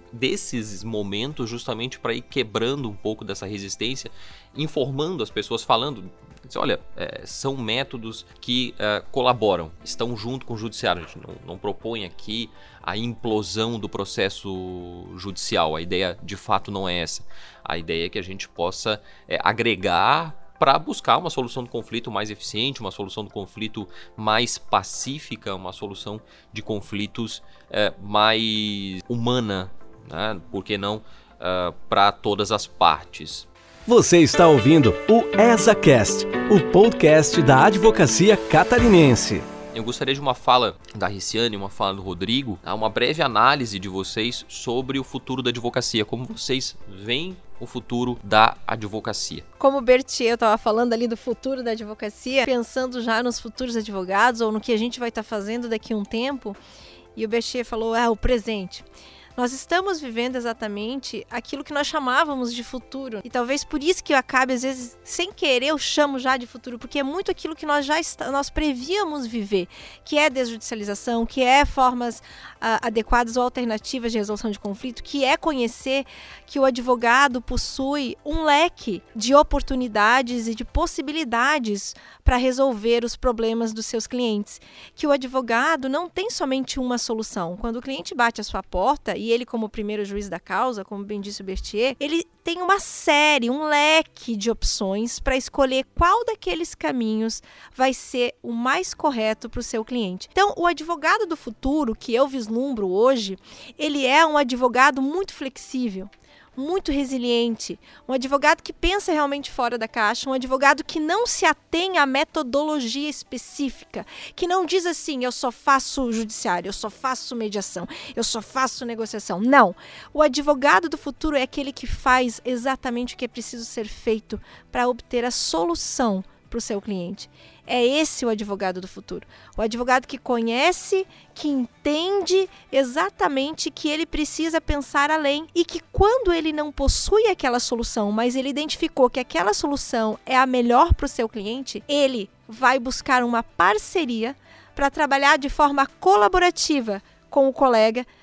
desses momentos justamente para ir quebrando um pouco dessa resistência, informando as pessoas, falando, olha, é, são métodos que é, colaboram, estão junto com o judiciário, a gente não, não propõe aqui a implosão do processo judicial, a ideia de fato não é essa, a ideia é que a gente possa é, agregar para buscar uma solução do conflito mais eficiente, uma solução do conflito mais pacífica, uma solução de conflitos é, mais humana, né? Por que não uh, para todas as partes. Você está ouvindo o ESACast, o podcast da advocacia catarinense. Eu gostaria de uma fala da Riciane, uma fala do Rodrigo, uma breve análise de vocês sobre o futuro da advocacia, como vocês veem o futuro da advocacia. Como o Bertier estava falando ali do futuro da advocacia, pensando já nos futuros advogados ou no que a gente vai estar fazendo daqui a um tempo, e o Bertier falou, ah, o presente. Nós estamos vivendo exatamente aquilo que nós chamávamos de futuro. E talvez por isso que eu acabe, às vezes, sem querer, eu chamo já de futuro, porque é muito aquilo que nós já está, nós prevíamos viver, que é desjudicialização, que é formas uh, adequadas ou alternativas de resolução de conflito, que é conhecer que o advogado possui um leque de oportunidades e de possibilidades para resolver os problemas dos seus clientes. Que o advogado não tem somente uma solução. Quando o cliente bate a sua porta, e ele como primeiro juiz da causa, como bem disse o Bertier, ele tem uma série, um leque de opções para escolher qual daqueles caminhos vai ser o mais correto para o seu cliente. Então, o advogado do futuro, que eu vislumbro hoje, ele é um advogado muito flexível, muito resiliente, um advogado que pensa realmente fora da caixa, um advogado que não se atém à metodologia específica, que não diz assim, eu só faço judiciário, eu só faço mediação, eu só faço negociação. Não. O advogado do futuro é aquele que faz exatamente o que é preciso ser feito para obter a solução para o seu cliente. É esse o advogado do futuro. O advogado que conhece, que entende exatamente que ele precisa pensar além e que quando ele não possui aquela solução, mas ele identificou que aquela solução é a melhor para o seu cliente, ele vai buscar uma parceria para trabalhar de forma colaborativa com o colega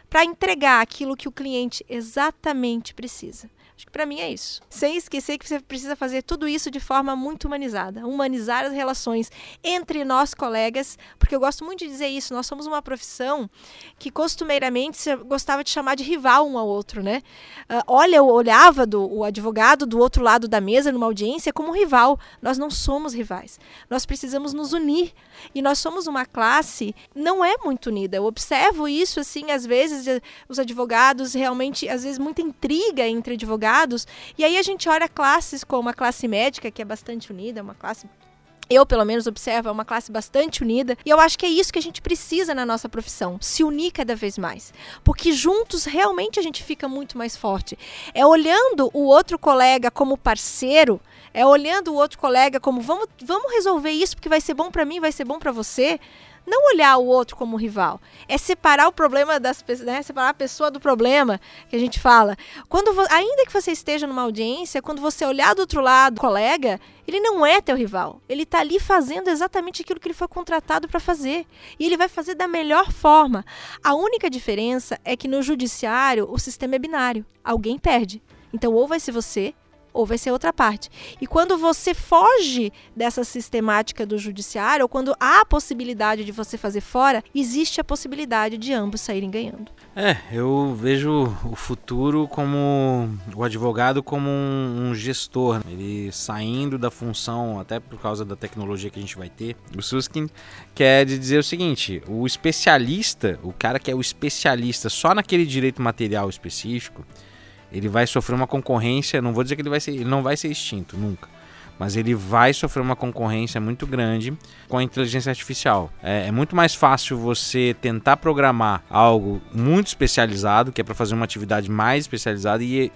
para entregar aquilo que o cliente exatamente precisa. Acho que para mim é isso. Sem esquecer que você precisa fazer tudo isso de forma muito humanizada. Humanizar as relações entre nós colegas, porque eu gosto muito de dizer isso, nós somos uma profissão que costumeiramente você gostava de chamar de rival um ao outro, né? Uh, olha, eu olhava do, o advogado do outro lado da mesa numa audiência como rival. Nós não somos rivais. Nós precisamos nos unir. E nós somos uma classe não é muito unida. Eu observo isso, assim, às vezes, os advogados realmente, às vezes, muita intriga entre advogados. E aí a gente olha classes como a classe médica, que é bastante unida, uma classe, eu pelo menos observo, é uma classe bastante unida. E eu acho que é isso que a gente precisa na nossa profissão, se unir cada vez mais. Porque juntos realmente a gente fica muito mais forte. É olhando o outro colega como parceiro, é olhando o outro colega como vamos, vamos resolver isso porque vai ser bom para mim, vai ser bom para você. Não olhar o outro como rival, é separar o problema das pessoas, né? Separar a pessoa do problema, que a gente fala. Quando, ainda que você esteja numa audiência, quando você olhar do outro lado, colega, ele não é teu rival. Ele está ali fazendo exatamente aquilo que ele foi contratado para fazer. E ele vai fazer da melhor forma. A única diferença é que no judiciário o sistema é binário. Alguém perde. Então ou vai ser você, ou vai ser outra parte. E quando você foge dessa sistemática do judiciário, ou quando há a possibilidade de você fazer fora, existe a possibilidade de ambos saírem ganhando. É, eu vejo o futuro como o advogado como um, um gestor, ele saindo da função, até por causa da tecnologia que a gente vai ter. O Susskind quer dizer o seguinte, o especialista, o cara que é o especialista só naquele direito material específico, ele vai sofrer uma concorrência, não vou dizer que ele vai ser, ele não vai ser extinto, nunca. Mas ele vai sofrer uma concorrência muito grande com a inteligência artificial. É, é muito mais fácil você tentar programar algo muito especializado, que é para fazer uma atividade mais especializada, e,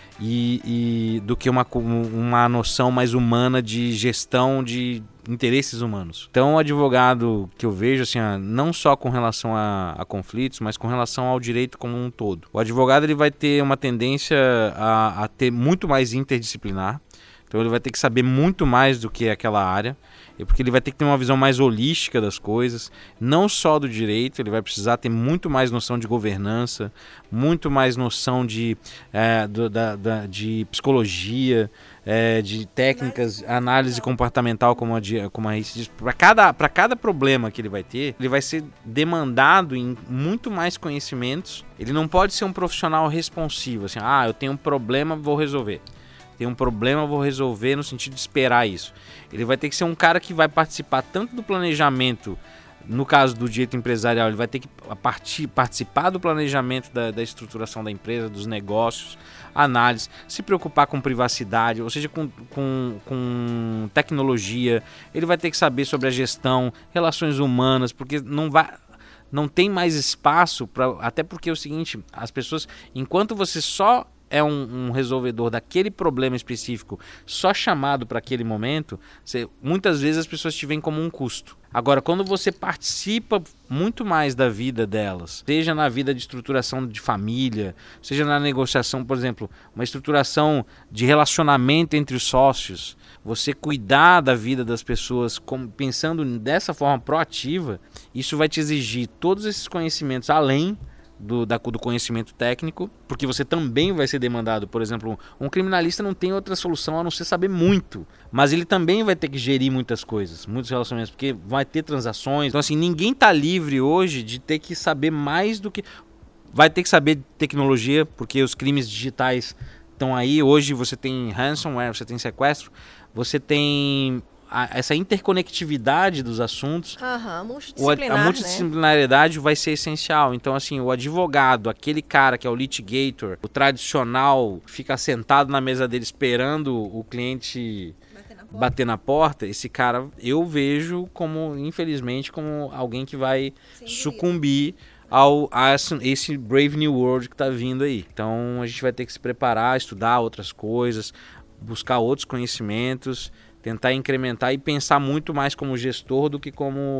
e, e do que uma, uma noção mais humana de gestão de interesses humanos. Então o advogado que eu vejo, assim, não só com relação a, a conflitos, mas com relação ao direito como um todo. O advogado ele vai ter uma tendência a, a ter muito mais interdisciplinar. Então ele vai ter que saber muito mais do que aquela área, porque ele vai ter que ter uma visão mais holística das coisas, não só do direito, ele vai precisar ter muito mais noção de governança, muito mais noção de, é, do, da, da, de psicologia, é, de técnicas, análise comportamental, como a, como a Raíssa diz. Para cada, para cada problema que ele vai ter, ele vai ser demandado em muito mais conhecimentos. Ele não pode ser um profissional responsivo, assim, ah, eu tenho um problema, vou resolver. Tem um problema, vou resolver no sentido de esperar isso. Ele vai ter que ser um cara que vai participar tanto do planejamento, no caso do direito empresarial, ele vai ter que partir, participar do planejamento da, da estruturação da empresa, dos negócios, análise, se preocupar com privacidade, ou seja, com, com, com tecnologia. Ele vai ter que saber sobre a gestão, relações humanas, porque não vai... não tem mais espaço para, até porque é o seguinte, as pessoas, enquanto você só é um, um resolvedor daquele problema específico, só chamado para aquele momento, você, muitas vezes as pessoas te veem como um custo. Agora, quando você participa muito mais da vida delas, seja na vida de estruturação de família, seja na negociação, por exemplo, uma estruturação de relacionamento entre os sócios, você cuidar da vida das pessoas como, pensando dessa forma proativa, isso vai te exigir todos esses conhecimentos além Do, da, do conhecimento técnico, porque você também vai ser demandado. Por exemplo, um criminalista não tem outra solução a não ser saber muito, mas ele também vai ter que gerir muitas coisas, muitos relacionamentos, porque vai ter transações. Então assim, ninguém está livre hoje de ter que saber mais do que... Vai ter que saber tecnologia, porque os crimes digitais estão aí. Hoje você tem ransomware, você tem sequestro, você tem... A, essa interconectividade dos assuntos, uhum, multidisciplinar, a, a multidisciplinariedade, né, vai ser essencial. Então, assim, o advogado, aquele cara que é o litigator, o tradicional, fica sentado na mesa dele esperando o cliente bater na porta, bater na porta, esse cara eu vejo como, infelizmente, como alguém que vai Sem sucumbir ao, a esse Brave New World que está vindo aí. Então, a gente vai ter que se preparar, estudar outras coisas, buscar outros conhecimentos, tentar incrementar e pensar muito mais como gestor do que como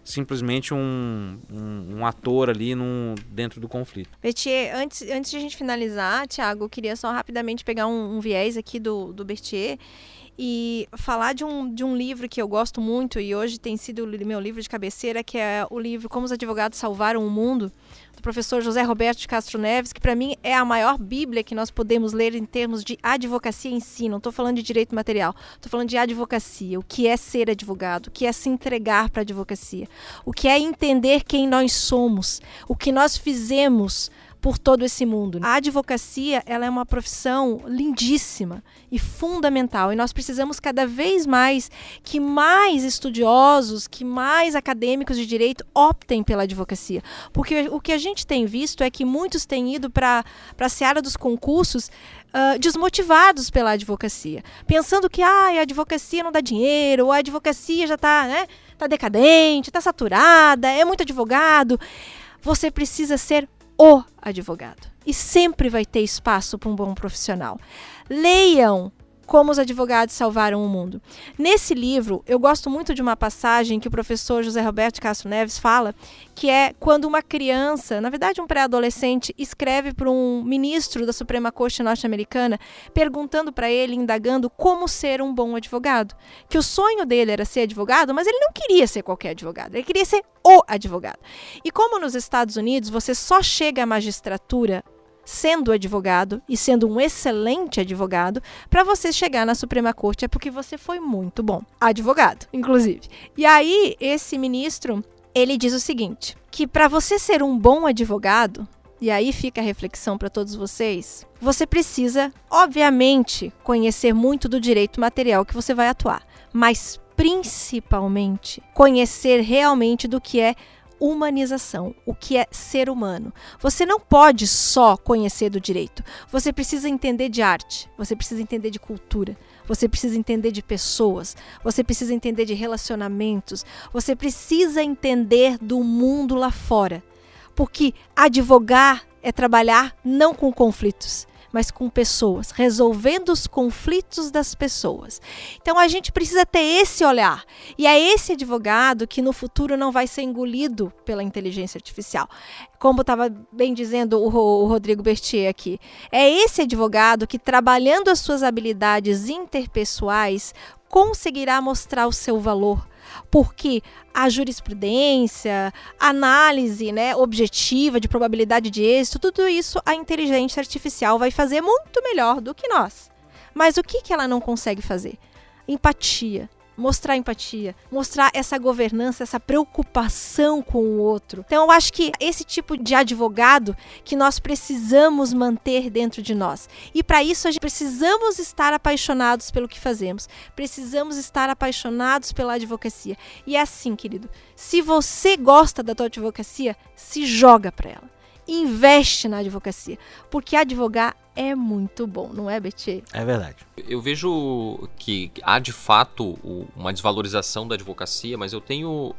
simplesmente um, um, um ator ali num, dentro do conflito. Berthier, antes, antes de a gente finalizar, Thiago, eu queria só rapidamente pegar um, um viés aqui do, do Berthier e falar de um, de um livro que eu gosto muito e hoje tem sido o meu livro de cabeceira, que é o livro Como os Advogados Salvaram o Mundo, do professor José Roberto de Castro Neves, que para mim é a maior bíblia que nós podemos ler em termos de advocacia em si. Não estou falando de direito material, estou falando de advocacia, o que é ser advogado, o que é se entregar para a advocacia, o que é entender quem nós somos, o que nós fizemos por todo esse mundo. A advocacia, ela é uma profissão lindíssima e fundamental, e nós precisamos cada vez mais que mais estudiosos, que mais acadêmicos de direito optem pela advocacia, porque o que a gente tem visto é que muitos têm ido para a seara dos concursos Uh, desmotivados pela advocacia, pensando que ah, a advocacia não dá dinheiro, ou a advocacia já está, né, tá decadente, está saturada, é muito advogado. Você precisa ser o advogado. E sempre vai ter espaço para um bom profissional. Leiam Como os Advogados Salvaram o Mundo. Nesse livro, eu gosto muito de uma passagem que o professor José Roberto de Castro Neves fala, que é quando uma criança, na verdade um pré-adolescente, escreve para um ministro da Suprema Corte norte-americana, perguntando para ele, indagando como ser um bom advogado. Que o sonho dele era ser advogado, mas ele não queria ser qualquer advogado, ele queria ser o advogado. E como nos Estados Unidos você só chega à magistratura sendo advogado e sendo um excelente advogado, para você chegar na Suprema Corte é porque você foi muito bom advogado, inclusive. E aí, esse ministro, ele diz o seguinte, que para você ser um bom advogado, e aí fica a reflexão para todos vocês, você precisa, obviamente, conhecer muito do direito material que você vai atuar, mas principalmente conhecer realmente do que é humanização, o que é ser humano. Você não pode só conhecer do direito, você precisa entender de arte, você precisa entender de cultura, você precisa entender de pessoas, você precisa entender de relacionamentos, você precisa entender do mundo lá fora, porque advogar é trabalhar não com conflitos, mas com pessoas, resolvendo os conflitos das pessoas. Então a gente precisa ter esse olhar. E é esse advogado que no futuro não vai ser engolido pela inteligência artificial. Como estava bem dizendo o, o Rodrigo Berthier aqui. É esse advogado que, trabalhando as suas habilidades interpessoais, conseguirá mostrar o seu valor. Porque a jurisprudência, a análise, né, objetiva de probabilidade de êxito, tudo isso a inteligência artificial vai fazer muito melhor do que nós. Mas o que, que ela não consegue fazer? Empatia. Mostrar empatia, mostrar essa governança, essa preocupação com o outro. Então eu acho que esse tipo de advogado que nós precisamos manter dentro de nós. E para isso a gente precisamos estar apaixonados pelo que fazemos. Precisamos estar apaixonados pela advocacia. E é assim, querido, se você gosta da tua advocacia, se joga para ela. Investe na advocacia, porque advogar é muito bom, não é, Berthier? É verdade. Eu vejo que há de fato uma desvalorização da advocacia, mas eu tenho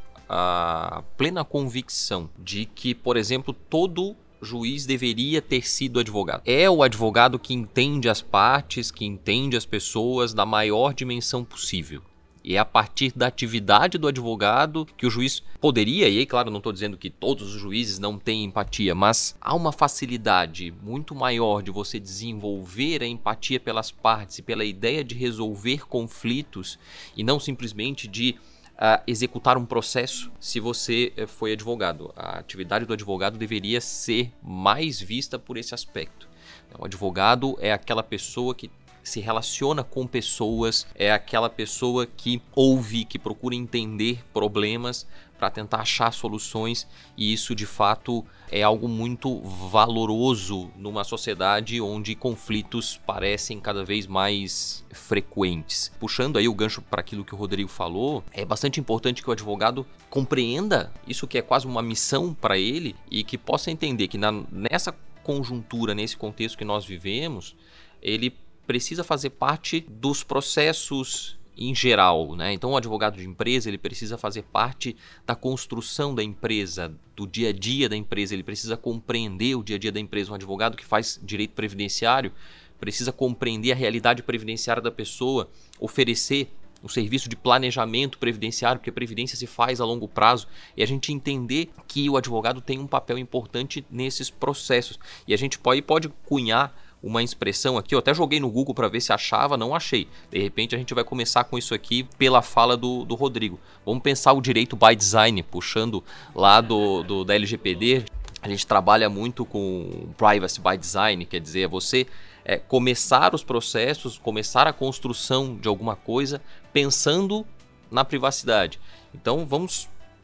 a plena convicção de que, por exemplo, todo juiz deveria ter sido advogado. É o advogado que entende as partes, que entende as pessoas da maior dimensão possível. E é a partir da atividade do advogado que o juiz poderia, e aí, claro, não estou dizendo que todos os juízes não têm empatia, mas há uma facilidade muito maior de você desenvolver a empatia pelas partes e pela ideia de resolver conflitos e não simplesmente de uh, executar um processo se você uh, foi advogado. A atividade do advogado deveria ser mais vista por esse aspecto. O advogado é aquela pessoa que se relaciona com pessoas, é aquela pessoa que ouve, que procura entender problemas para tentar achar soluções, e isso de fato é algo muito valoroso numa sociedade onde conflitos parecem cada vez mais frequentes. Puxando aí o gancho para aquilo que o Rodrigo falou, é bastante importante que o advogado compreenda isso, que é quase uma missão para ele, e que possa entender que na, nessa conjuntura, nesse contexto que nós vivemos, ele precisa fazer parte dos processos em geral, né? Então o advogado de empresa, ele precisa fazer parte da construção da empresa, do dia a dia da empresa, ele precisa compreender o dia a dia da empresa. Um advogado que faz direito previdenciário precisa compreender a realidade previdenciária da pessoa, oferecer um serviço de planejamento previdenciário, porque a previdência se faz a longo prazo, e a gente entender que o advogado tem um papel importante nesses processos. E a gente pode, pode cunhar uma expressão aqui, eu até joguei no Google para ver se achava, não achei. De repente a gente vai começar com isso aqui pela fala do, do Rodrigo. Vamos pensar o direito by design, puxando lá do, do, da L G P D. A gente trabalha muito com privacy by design, quer dizer, você é, começar os processos, começar a construção de alguma coisa pensando na privacidade. Então vamos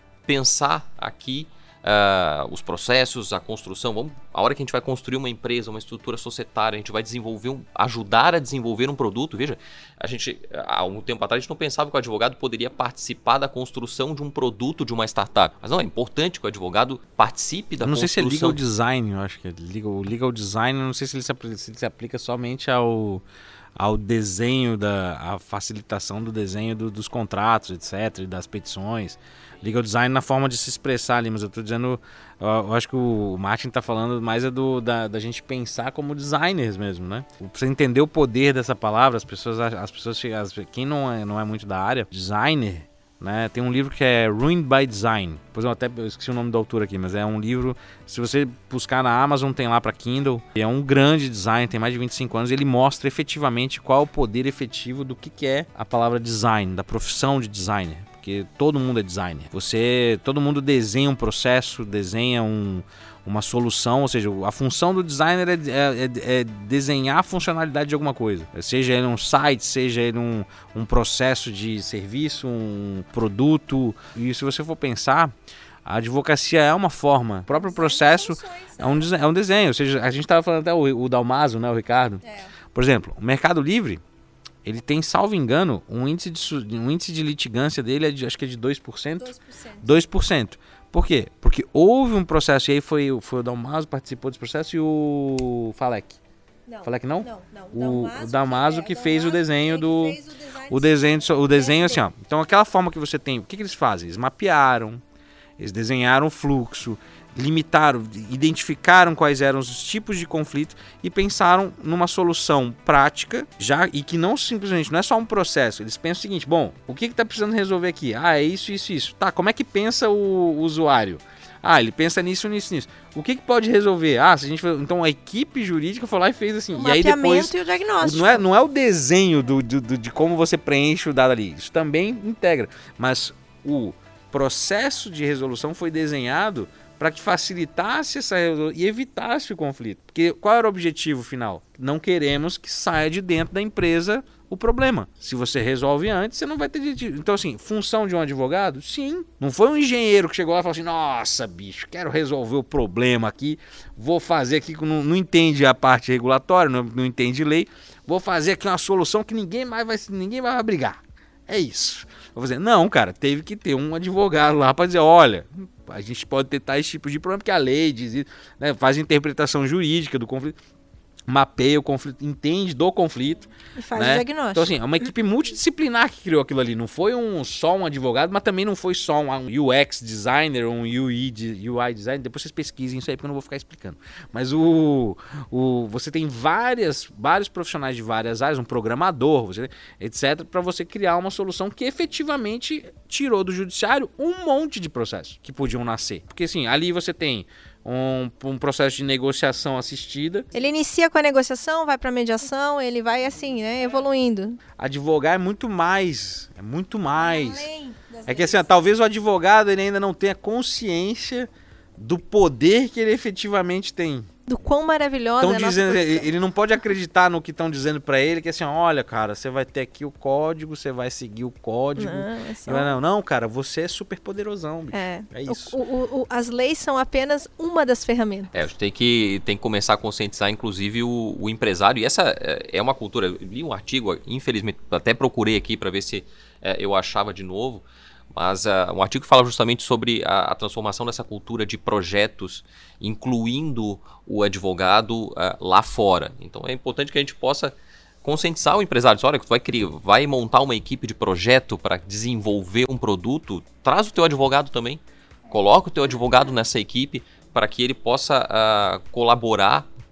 pensar aqui Uh, os processos, a construção, vamos, a hora que a gente vai construir uma empresa, uma estrutura societária, a gente vai desenvolver, um, ajudar a desenvolver um produto, veja, a gente, há um tempo atrás a gente não pensava que o advogado poderia participar da construção de um produto de uma startup, mas não, é importante que o advogado participe da não construção. Não sei se é legal design, eu acho que é legal, o legal design, não sei se ele se aplica, se ele se aplica somente ao, ao desenho, da, a facilitação do desenho do, dos contratos, etc, e das petições. Legal design na forma de se expressar ali, mas eu tô dizendo, eu, eu acho que o Martin tá falando mais é do, da, da gente pensar como designers mesmo, né? Pra você entender o poder dessa palavra, as pessoas, as pessoas as, quem não é, não é muito da área, designer, né? Tem um livro que é Ruined by Design, pois eu até eu esqueci o nome do autor aqui, mas é um livro, se você buscar na Amazon tem lá para Kindle, é um grande design, tem mais de vinte e cinco anos, e ele mostra efetivamente qual é o poder efetivo do que, que é a palavra design, da profissão de designer. Porque todo mundo é designer. Você, todo mundo desenha um processo, desenha um, uma solução, ou seja, a função do designer é, é, é desenhar a funcionalidade de alguma coisa. Seja ele um site, seja ele um, um processo de serviço, um produto. E se você for pensar, a advocacia é uma forma. O próprio processo é um, é um desenho. Ou seja, a gente estava falando até o, o Dalmaso, né, o Ricardo. É. Por exemplo, o Mercado Livre, ele tem, salvo engano, um índice de, um índice de litigância dele, é de, acho que é de dois por cento. dois por cento. dois por cento. Por quê? Porque houve um processo, e aí foi, foi o Dalmaso que participou desse processo e o Falek. Não. Falek não? Não, não. O, Dalmaso o Dalmaso que, que é, fez Dalmaso o desenho do... o design, o desenho, o desenho assim, ó. Então aquela forma que você tem, o que, que eles fazem? Eles mapearam, eles desenharam o fluxo, limitaram, identificaram quais eram os tipos de conflito e pensaram numa solução prática, já, e que não simplesmente, não é só um processo, eles pensam o seguinte, bom, o que está precisando resolver aqui? Ah, é isso, isso, isso. Tá, como é que pensa o, o usuário? Ah, ele pensa nisso, nisso, nisso. O que, que pode resolver? Ah, se a gente então a equipe jurídica foi lá e fez assim. O e aí depois e o diagnóstico. Não é, não é o desenho do, do, do, de como você preenche o dado ali. Isso também integra. Mas o processo de resolução foi desenhado para que facilitasse essa resolução e evitasse o conflito. Porque qual era o objetivo final? Não queremos que saia de dentro da empresa o problema. Se você resolve antes, você não vai ter... Então, assim, função de um advogado? Sim. Não foi um engenheiro que chegou lá e falou assim, nossa, bicho, quero resolver o problema aqui, vou fazer aqui, não, não entende a parte regulatória, não, não entende lei, vou fazer aqui uma solução que ninguém mais vai, ninguém vai brigar. É isso. Vou fazer. Não, cara, teve que ter um advogado lá para dizer, olha, a gente pode ter tais tipos de problema, porque a lei diz isso, né, faz interpretação jurídica do conflito, mapeia o conflito, entende do conflito. E faz né? o diagnóstico. Então, assim, é uma equipe multidisciplinar que criou aquilo ali. Não foi um, só um advogado, mas também não foi só um U X designer, um U I, U I designer. Depois vocês pesquisem isso aí, porque eu não vou ficar explicando. Mas o, o, você tem várias, vários profissionais de várias áreas, um programador, você, etcétera, para você criar uma solução que efetivamente tirou do judiciário um monte de processos que podiam nascer. Porque, assim, ali você tem Um, um processo de negociação assistida. Ele inicia com a negociação, vai para a mediação, ele vai assim, né, evoluindo. Advogar é muito mais, é muito mais. Além das é que assim, ó, talvez o advogado ele ainda não tenha consciência do poder que ele efetivamente tem. Do quão maravilhosa Tão é a nossa dizendo, profissão. ele não pode acreditar no que estão dizendo para ele, que assim, olha, cara, você vai ter aqui o código, você vai seguir o código. Não, é só... não, não, cara, você é super poderosão, bicho. É, é isso. O, o, o, as leis são apenas uma das ferramentas. É, a gente tem que, tem que começar a conscientizar, inclusive, o, o empresário. E essa é uma cultura. Eu li um artigo, infelizmente, até procurei aqui para ver se é, eu achava de novo. Mas uh, um artigo que fala justamente sobre a, a transformação dessa cultura de projetos, incluindo o advogado uh, lá fora. Então é importante que a gente possa conscientizar o empresário. Olha, tu vai, criar, vai montar uma equipe de projeto para desenvolver um produto, traz o teu advogado também. Coloca o teu advogado nessa equipe para que ele possa uh, colaborar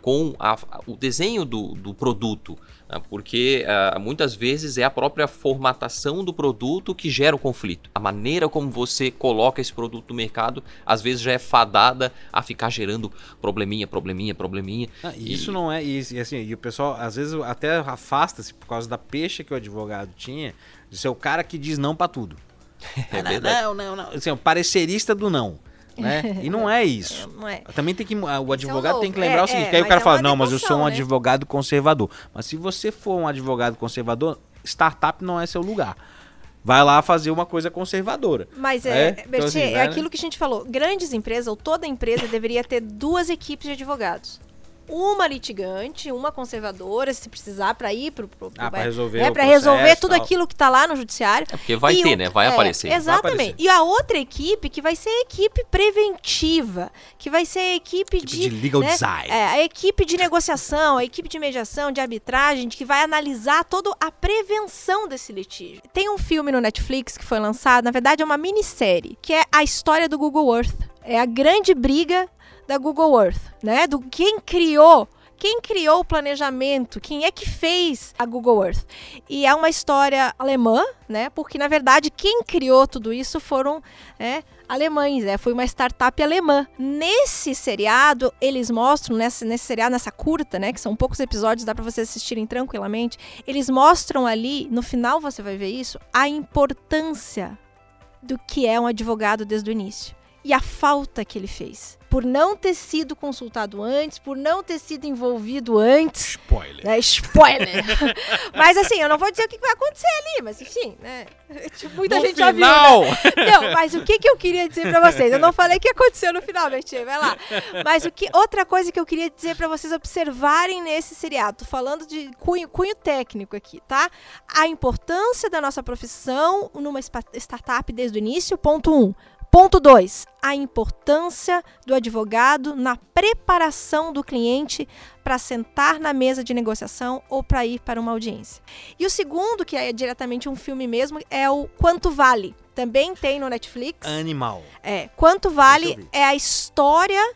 com a, o desenho do, do produto, né? Porque uh, muitas vezes é a própria formatação do produto que gera o conflito. A maneira como você coloca esse produto no mercado, às vezes já é fadada a ficar gerando probleminha, probleminha, probleminha. Ah, e isso não é, e, e assim, e o pessoal às vezes até afasta-se por causa da pecha que o advogado tinha, de ser o cara que diz não pra tudo. É verdade. Não, não, não, assim, o parecerista do não. Né? E não é isso. Não é. Também tem que o advogado é um tem que lembrar é, o seguinte, é, que aí o cara é fala, uma não, mas eu sou um né? advogado conservador. Mas se você for um advogado conservador, startup não é seu lugar. Vai lá fazer uma coisa conservadora. Mas, é, é, então, Bertê, assim, é né? aquilo que a gente falou. Grandes empresas, ou toda empresa, deveria ter duas equipes de advogados. Uma litigante, uma conservadora, se precisar, para ir para ah, para resolver, né, o para resolver processo, tudo tal. aquilo que está lá no judiciário. É porque vai E ter, o, né? Vai é, aparecer. Exatamente. Vai aparecer. E a outra equipe que vai ser a equipe preventiva, que vai ser a equipe, Equipe de, de legal né, design. É, a equipe de negociação, a equipe de mediação, de arbitragem, que vai analisar toda a prevenção desse litígio. Tem um filme no Netflix que foi lançado, na verdade é uma minissérie, que é a história do Google Earth. É a grande briga da Google Earth, né? Do quem criou Quem criou o planejamento? Quem é que fez a Google Earth? E é uma história alemã, né? Porque, na verdade, quem criou tudo isso foram é, alemães, né? Foi uma startup alemã. Nesse seriado, eles mostram, nesse, nesse seriado, nessa curta, né? Que são poucos episódios, dá para vocês assistirem tranquilamente. Eles mostram ali, no final você vai ver isso, a importância do que é um advogado desde o início. E a falta que ele fez. Por não ter sido consultado antes, por não ter sido envolvido antes. Spoiler. Né? Spoiler. Mas assim, eu não vou dizer o que vai acontecer ali, mas enfim, né? Tipo, muita no gente final. já viu, né? Não, mas o que, que eu queria dizer pra vocês? Eu não falei o que aconteceu no final, Bertinho, vai lá. Mas o que, outra coisa que eu queria dizer pra vocês observarem nesse seriado, tô falando de cunho, cunho técnico aqui, tá? A importância da nossa profissão numa startup desde o início, ponto um. Ponto dois, a importância do advogado na preparação do cliente para sentar na mesa de negociação ou para ir para uma audiência. E o segundo, que é diretamente um filme mesmo, é o Quanto Vale. Também tem no Netflix. Animal. É, Quanto Vale é a história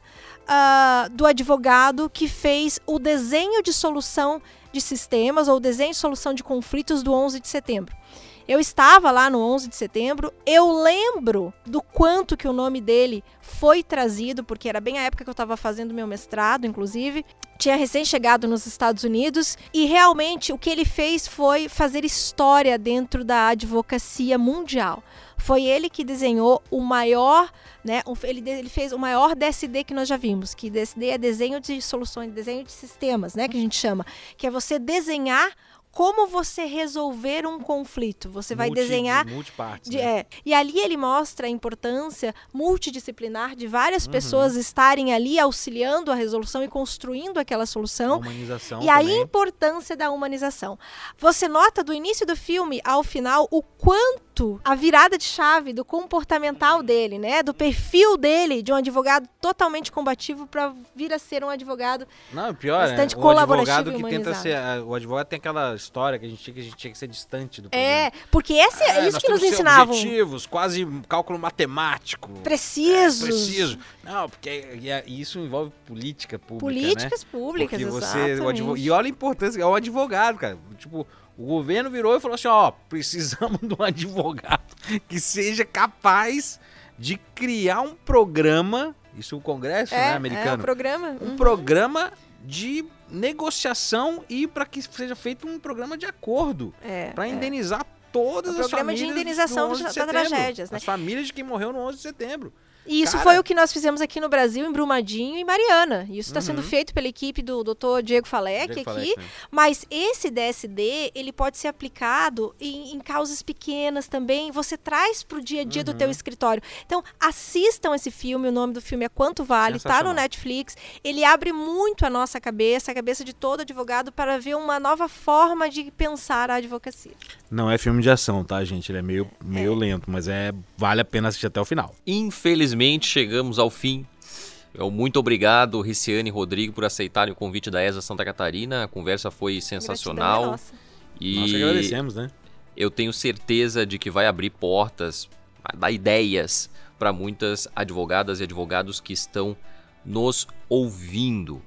uh, do advogado que fez o desenho de solução de sistemas ou o desenho de solução de conflitos do onze de setembro. Eu estava lá no onze de setembro, eu lembro do quanto que o nome dele foi trazido, porque era bem a época que eu estava fazendo meu mestrado, inclusive. Tinha recém-chegado nos Estados Unidos e realmente o que ele fez foi fazer história dentro da advocacia mundial. Foi ele que desenhou o maior, né, ele, ele fez o maior D S D que nós já vimos, que D S D é desenho de soluções, desenho de sistemas, né, que a gente chama, que é você desenhar como você resolver um conflito. Você vai Multi, desenhar... De multipartes, de, né? é, e ali ele mostra a importância multidisciplinar de várias Uhum. pessoas estarem ali auxiliando a resolução e construindo aquela solução. A humanização E também. a importância da humanização. Você nota do início do filme ao final o quanto a virada de chave do comportamental dele, né? Do perfil dele de um advogado totalmente combativo para vir a ser um advogado Não, pior, bastante né? O colaborativo advogado e que tenta humanizado. ser, o advogado tem aquela história que a gente tinha que, a gente tinha que ser distante do problema. É, porque esse, é isso nós que nos temos que ser ensinavam. objetivos, quase cálculo matemático. Precisos. É, preciso. Não, porque e, e isso envolve política pública, Políticas né? públicas, Porque você, exatamente. o advogado, e olha a importância, é o advogado, cara. Tipo, o governo virou e falou assim, ó, precisamos de um advogado que seja capaz de criar um programa, isso o Congresso, é, né, americano. É o programa. Um Uhum. programa de negociação e para que seja feito um programa de acordo É, para é. indenizar todas Um as programa de famílias indenização do onze de da setembro, tragédias, né? as famílias de quem morreu no onze de setembro. E isso Cara. foi o que nós fizemos aqui no Brasil, em Brumadinho e Mariana. E isso está Uhum. sendo feito pela equipe do doutor Diego Falec Diego aqui. Falec, né? Mas esse D S D, ele pode ser aplicado em, em causas pequenas também. Você traz para o dia a dia do Uhum. teu escritório. Então, assistam esse filme. O nome do filme é Quanto Vale. Está no Sensacional. Netflix. Ele abre muito a nossa cabeça, a cabeça de todo advogado, para ver uma nova forma de pensar a advocacia. Não é filme de ação, tá, gente? Ele é meio, meio lento, mas é vale a pena assistir até o final. Infelizmente, chegamos ao fim. Eu, muito obrigado, Riciane e Rodrigo, por aceitarem o convite da E S A Santa Catarina. A conversa foi Gratidão é sensacional. nossa. E Nós agradecemos, né? eu tenho certeza de que vai abrir portas, vai dar ideias para muitas advogadas e advogados que estão nos ouvindo.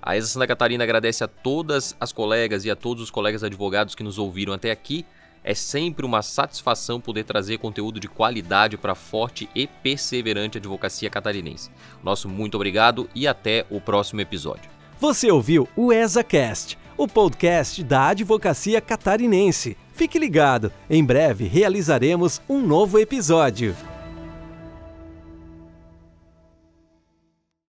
A ESA Santa Catarina agradece a todas as colegas e a todos os colegas advogados que nos ouviram até aqui. É sempre uma satisfação poder trazer conteúdo de qualidade para a forte e perseverante advocacia catarinense. Nosso muito obrigado e até o próximo episódio. Você ouviu o ESAcast, o podcast da advocacia catarinense. Fique ligado, em breve realizaremos um novo episódio.